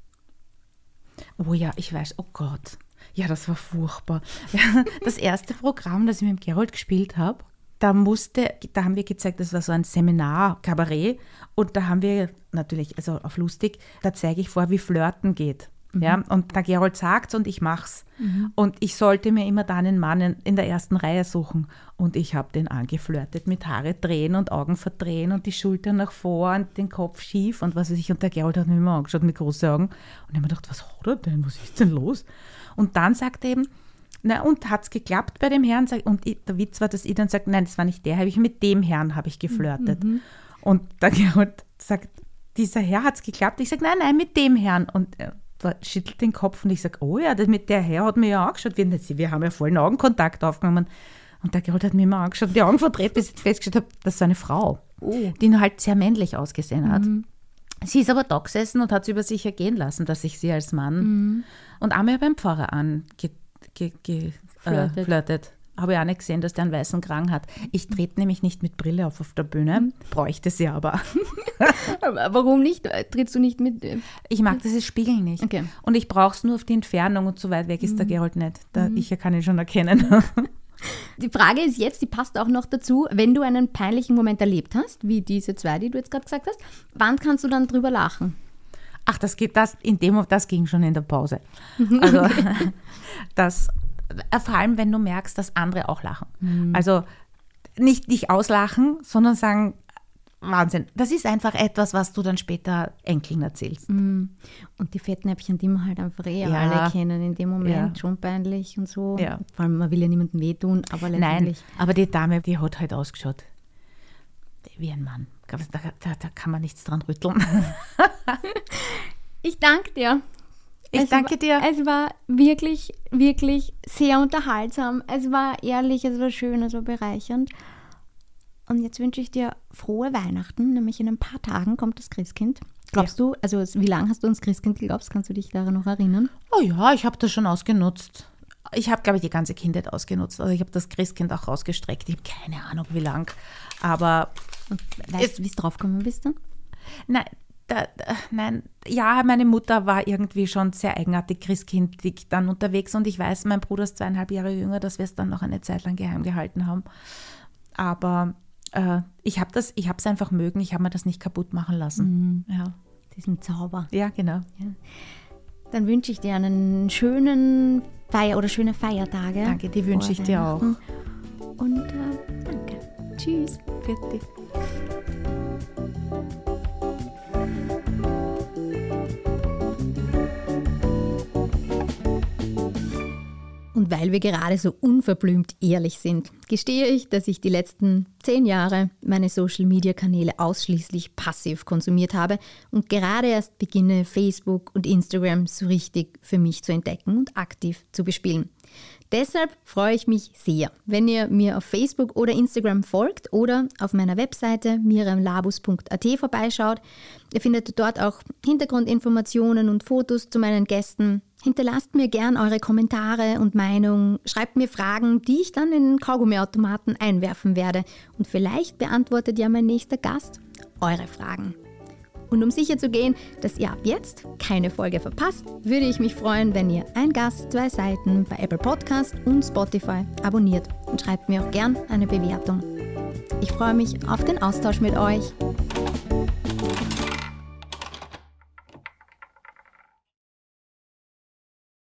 Oh ja, ich weiß, oh Gott. Ja, das war furchtbar. Das erste Programm, das ich mit dem Gerold gespielt habe, da musste, da haben wir gezeigt, das war so ein Seminar, Kabarett, und da haben wir natürlich, also auf lustig, da zeige ich vor, wie Flirten geht. Mhm. Ja, und der Gerold sagt und ich mach's. Mhm. Und ich sollte mir immer dann einen Mann in, in der ersten Reihe suchen. Und ich habe den angeflirtet mit Haare drehen und Augen verdrehen und die Schultern nach vor und den Kopf schief und was weiß ich. Und der Gerold hat mich immer angeschaut mit großen Augen. Und ich habe mir gedacht, was hat er denn? Was ist denn los? Und dann sagt er eben, na und hat es geklappt bei dem Herrn? Und ich, der Witz war, dass ich dann sage, nein, das war nicht der, habe ich mit dem Herrn habe ich geflirtet. Mhm. Und der Gerold sagt, dieser Herr hat es geklappt. Ich sage, nein, nein, mit dem Herrn. Und er schüttelt den Kopf und ich sage, oh ja, das mit der Herr hat mir ja angeschaut. Wir, wir haben ja vollen Augenkontakt aufgenommen. Und der Gerold hat mir immer angeschaut, die Augen verdreht, bis ich festgestellt habe, das ist eine Frau, oh. die nur halt sehr männlich ausgesehen hat. Mhm. Sie ist aber da gesessen und hat es über sich ergehen lassen, dass ich sie als Mann mhm. und einmal beim Pfarrer angeflirtet. Ge, ge, äh, flirtet. Habe ich auch nicht gesehen, dass der einen weißen Kragen hat. Ich trete nämlich nicht mit Brille auf auf der Bühne, mhm. bräuchte sie aber. Warum nicht? Trittst du nicht mit? Ich mag dieses Spiegeln nicht. Okay. Und ich brauche es nur auf die Entfernung und so weit weg ist mhm. der Gerold nicht. Da, mhm. Ich kann ihn schon erkennen. Die Frage ist jetzt, die passt auch noch dazu, wenn du einen peinlichen Moment erlebt hast, wie diese zwei, die du jetzt gerade gesagt hast, wann kannst du dann drüber lachen? Ach, das geht, das, in dem, das ging schon in der Pause. Also, das, vor allem, wenn du merkst, dass andere auch lachen. Mhm. Also, nicht dich auslachen, sondern sagen, Wahnsinn. Das ist einfach etwas, was du dann später Enkeln erzählst. Mhm. Und die Fettnäpfchen, die man halt einfach eh ja. alle kennen, in dem Moment ja. schon peinlich und so. Ja. Vor allem, man will ja niemandem wehtun, aber letztendlich. Nein, aber die Dame, die hat halt ausgeschaut wie ein Mann. Da, da, da kann man nichts dran rütteln. Ich danke dir. Ich es danke war, dir. Es war wirklich, wirklich sehr unterhaltsam. Es war ehrlich, es war schön, es war bereichernd. Und jetzt wünsche ich dir frohe Weihnachten, nämlich in ein paar Tagen kommt das Christkind. Glaubst ja. du, also wie lange hast du ans Christkind geglaubt? Kannst du dich daran noch erinnern? Oh ja, ich habe das schon ausgenutzt. Ich habe, glaube ich, die ganze Kindheit ausgenutzt. Also ich habe das Christkind auch rausgestreckt. Ich habe keine Ahnung, wie lang. Aber weißt du, wie es draufgekommen bist du? Nein, da, da, nein, ja, meine Mutter war irgendwie schon sehr eigenartig christkindlich dann unterwegs und ich weiß, mein Bruder ist zweieinhalb Jahre jünger, dass wir es dann noch eine Zeit lang geheim gehalten haben. Aber äh, ich habe das, ich habe es einfach mögen, ich habe mir das nicht kaputt machen lassen. Mhm. Ja, diesen Zauber. Ja, genau. Ja. Dann wünsche ich dir einen schönen Feier oder schöne Feiertage. Danke, die wünsche ich dir auch. Und äh, danke. Tschüss. Bitte. Und weil wir gerade so unverblümt ehrlich sind, gestehe ich, dass ich die letzten zehn Jahre meine Social-Media-Kanäle ausschließlich passiv konsumiert habe und gerade erst beginne, Facebook und Instagram so richtig für mich zu entdecken und aktiv zu bespielen. Deshalb freue ich mich sehr, wenn ihr mir auf Facebook oder Instagram folgt oder auf meiner Webseite miriam labus punkt a t vorbeischaut. Ihr findet dort auch Hintergrundinformationen und Fotos zu meinen Gästen. Hinterlasst mir gern eure Kommentare und Meinung, schreibt mir Fragen, die ich dann in den Kaugummiautomaten einwerfen werde. Und vielleicht beantwortet ja mein nächster Gast eure Fragen. Und um sicher zu gehen, dass ihr ab jetzt keine Folge verpasst, würde ich mich freuen, wenn ihr ein Gast, zwei Seiten bei Apple Podcast und Spotify abonniert und schreibt mir auch gern eine Bewertung. Ich freue mich auf den Austausch mit euch.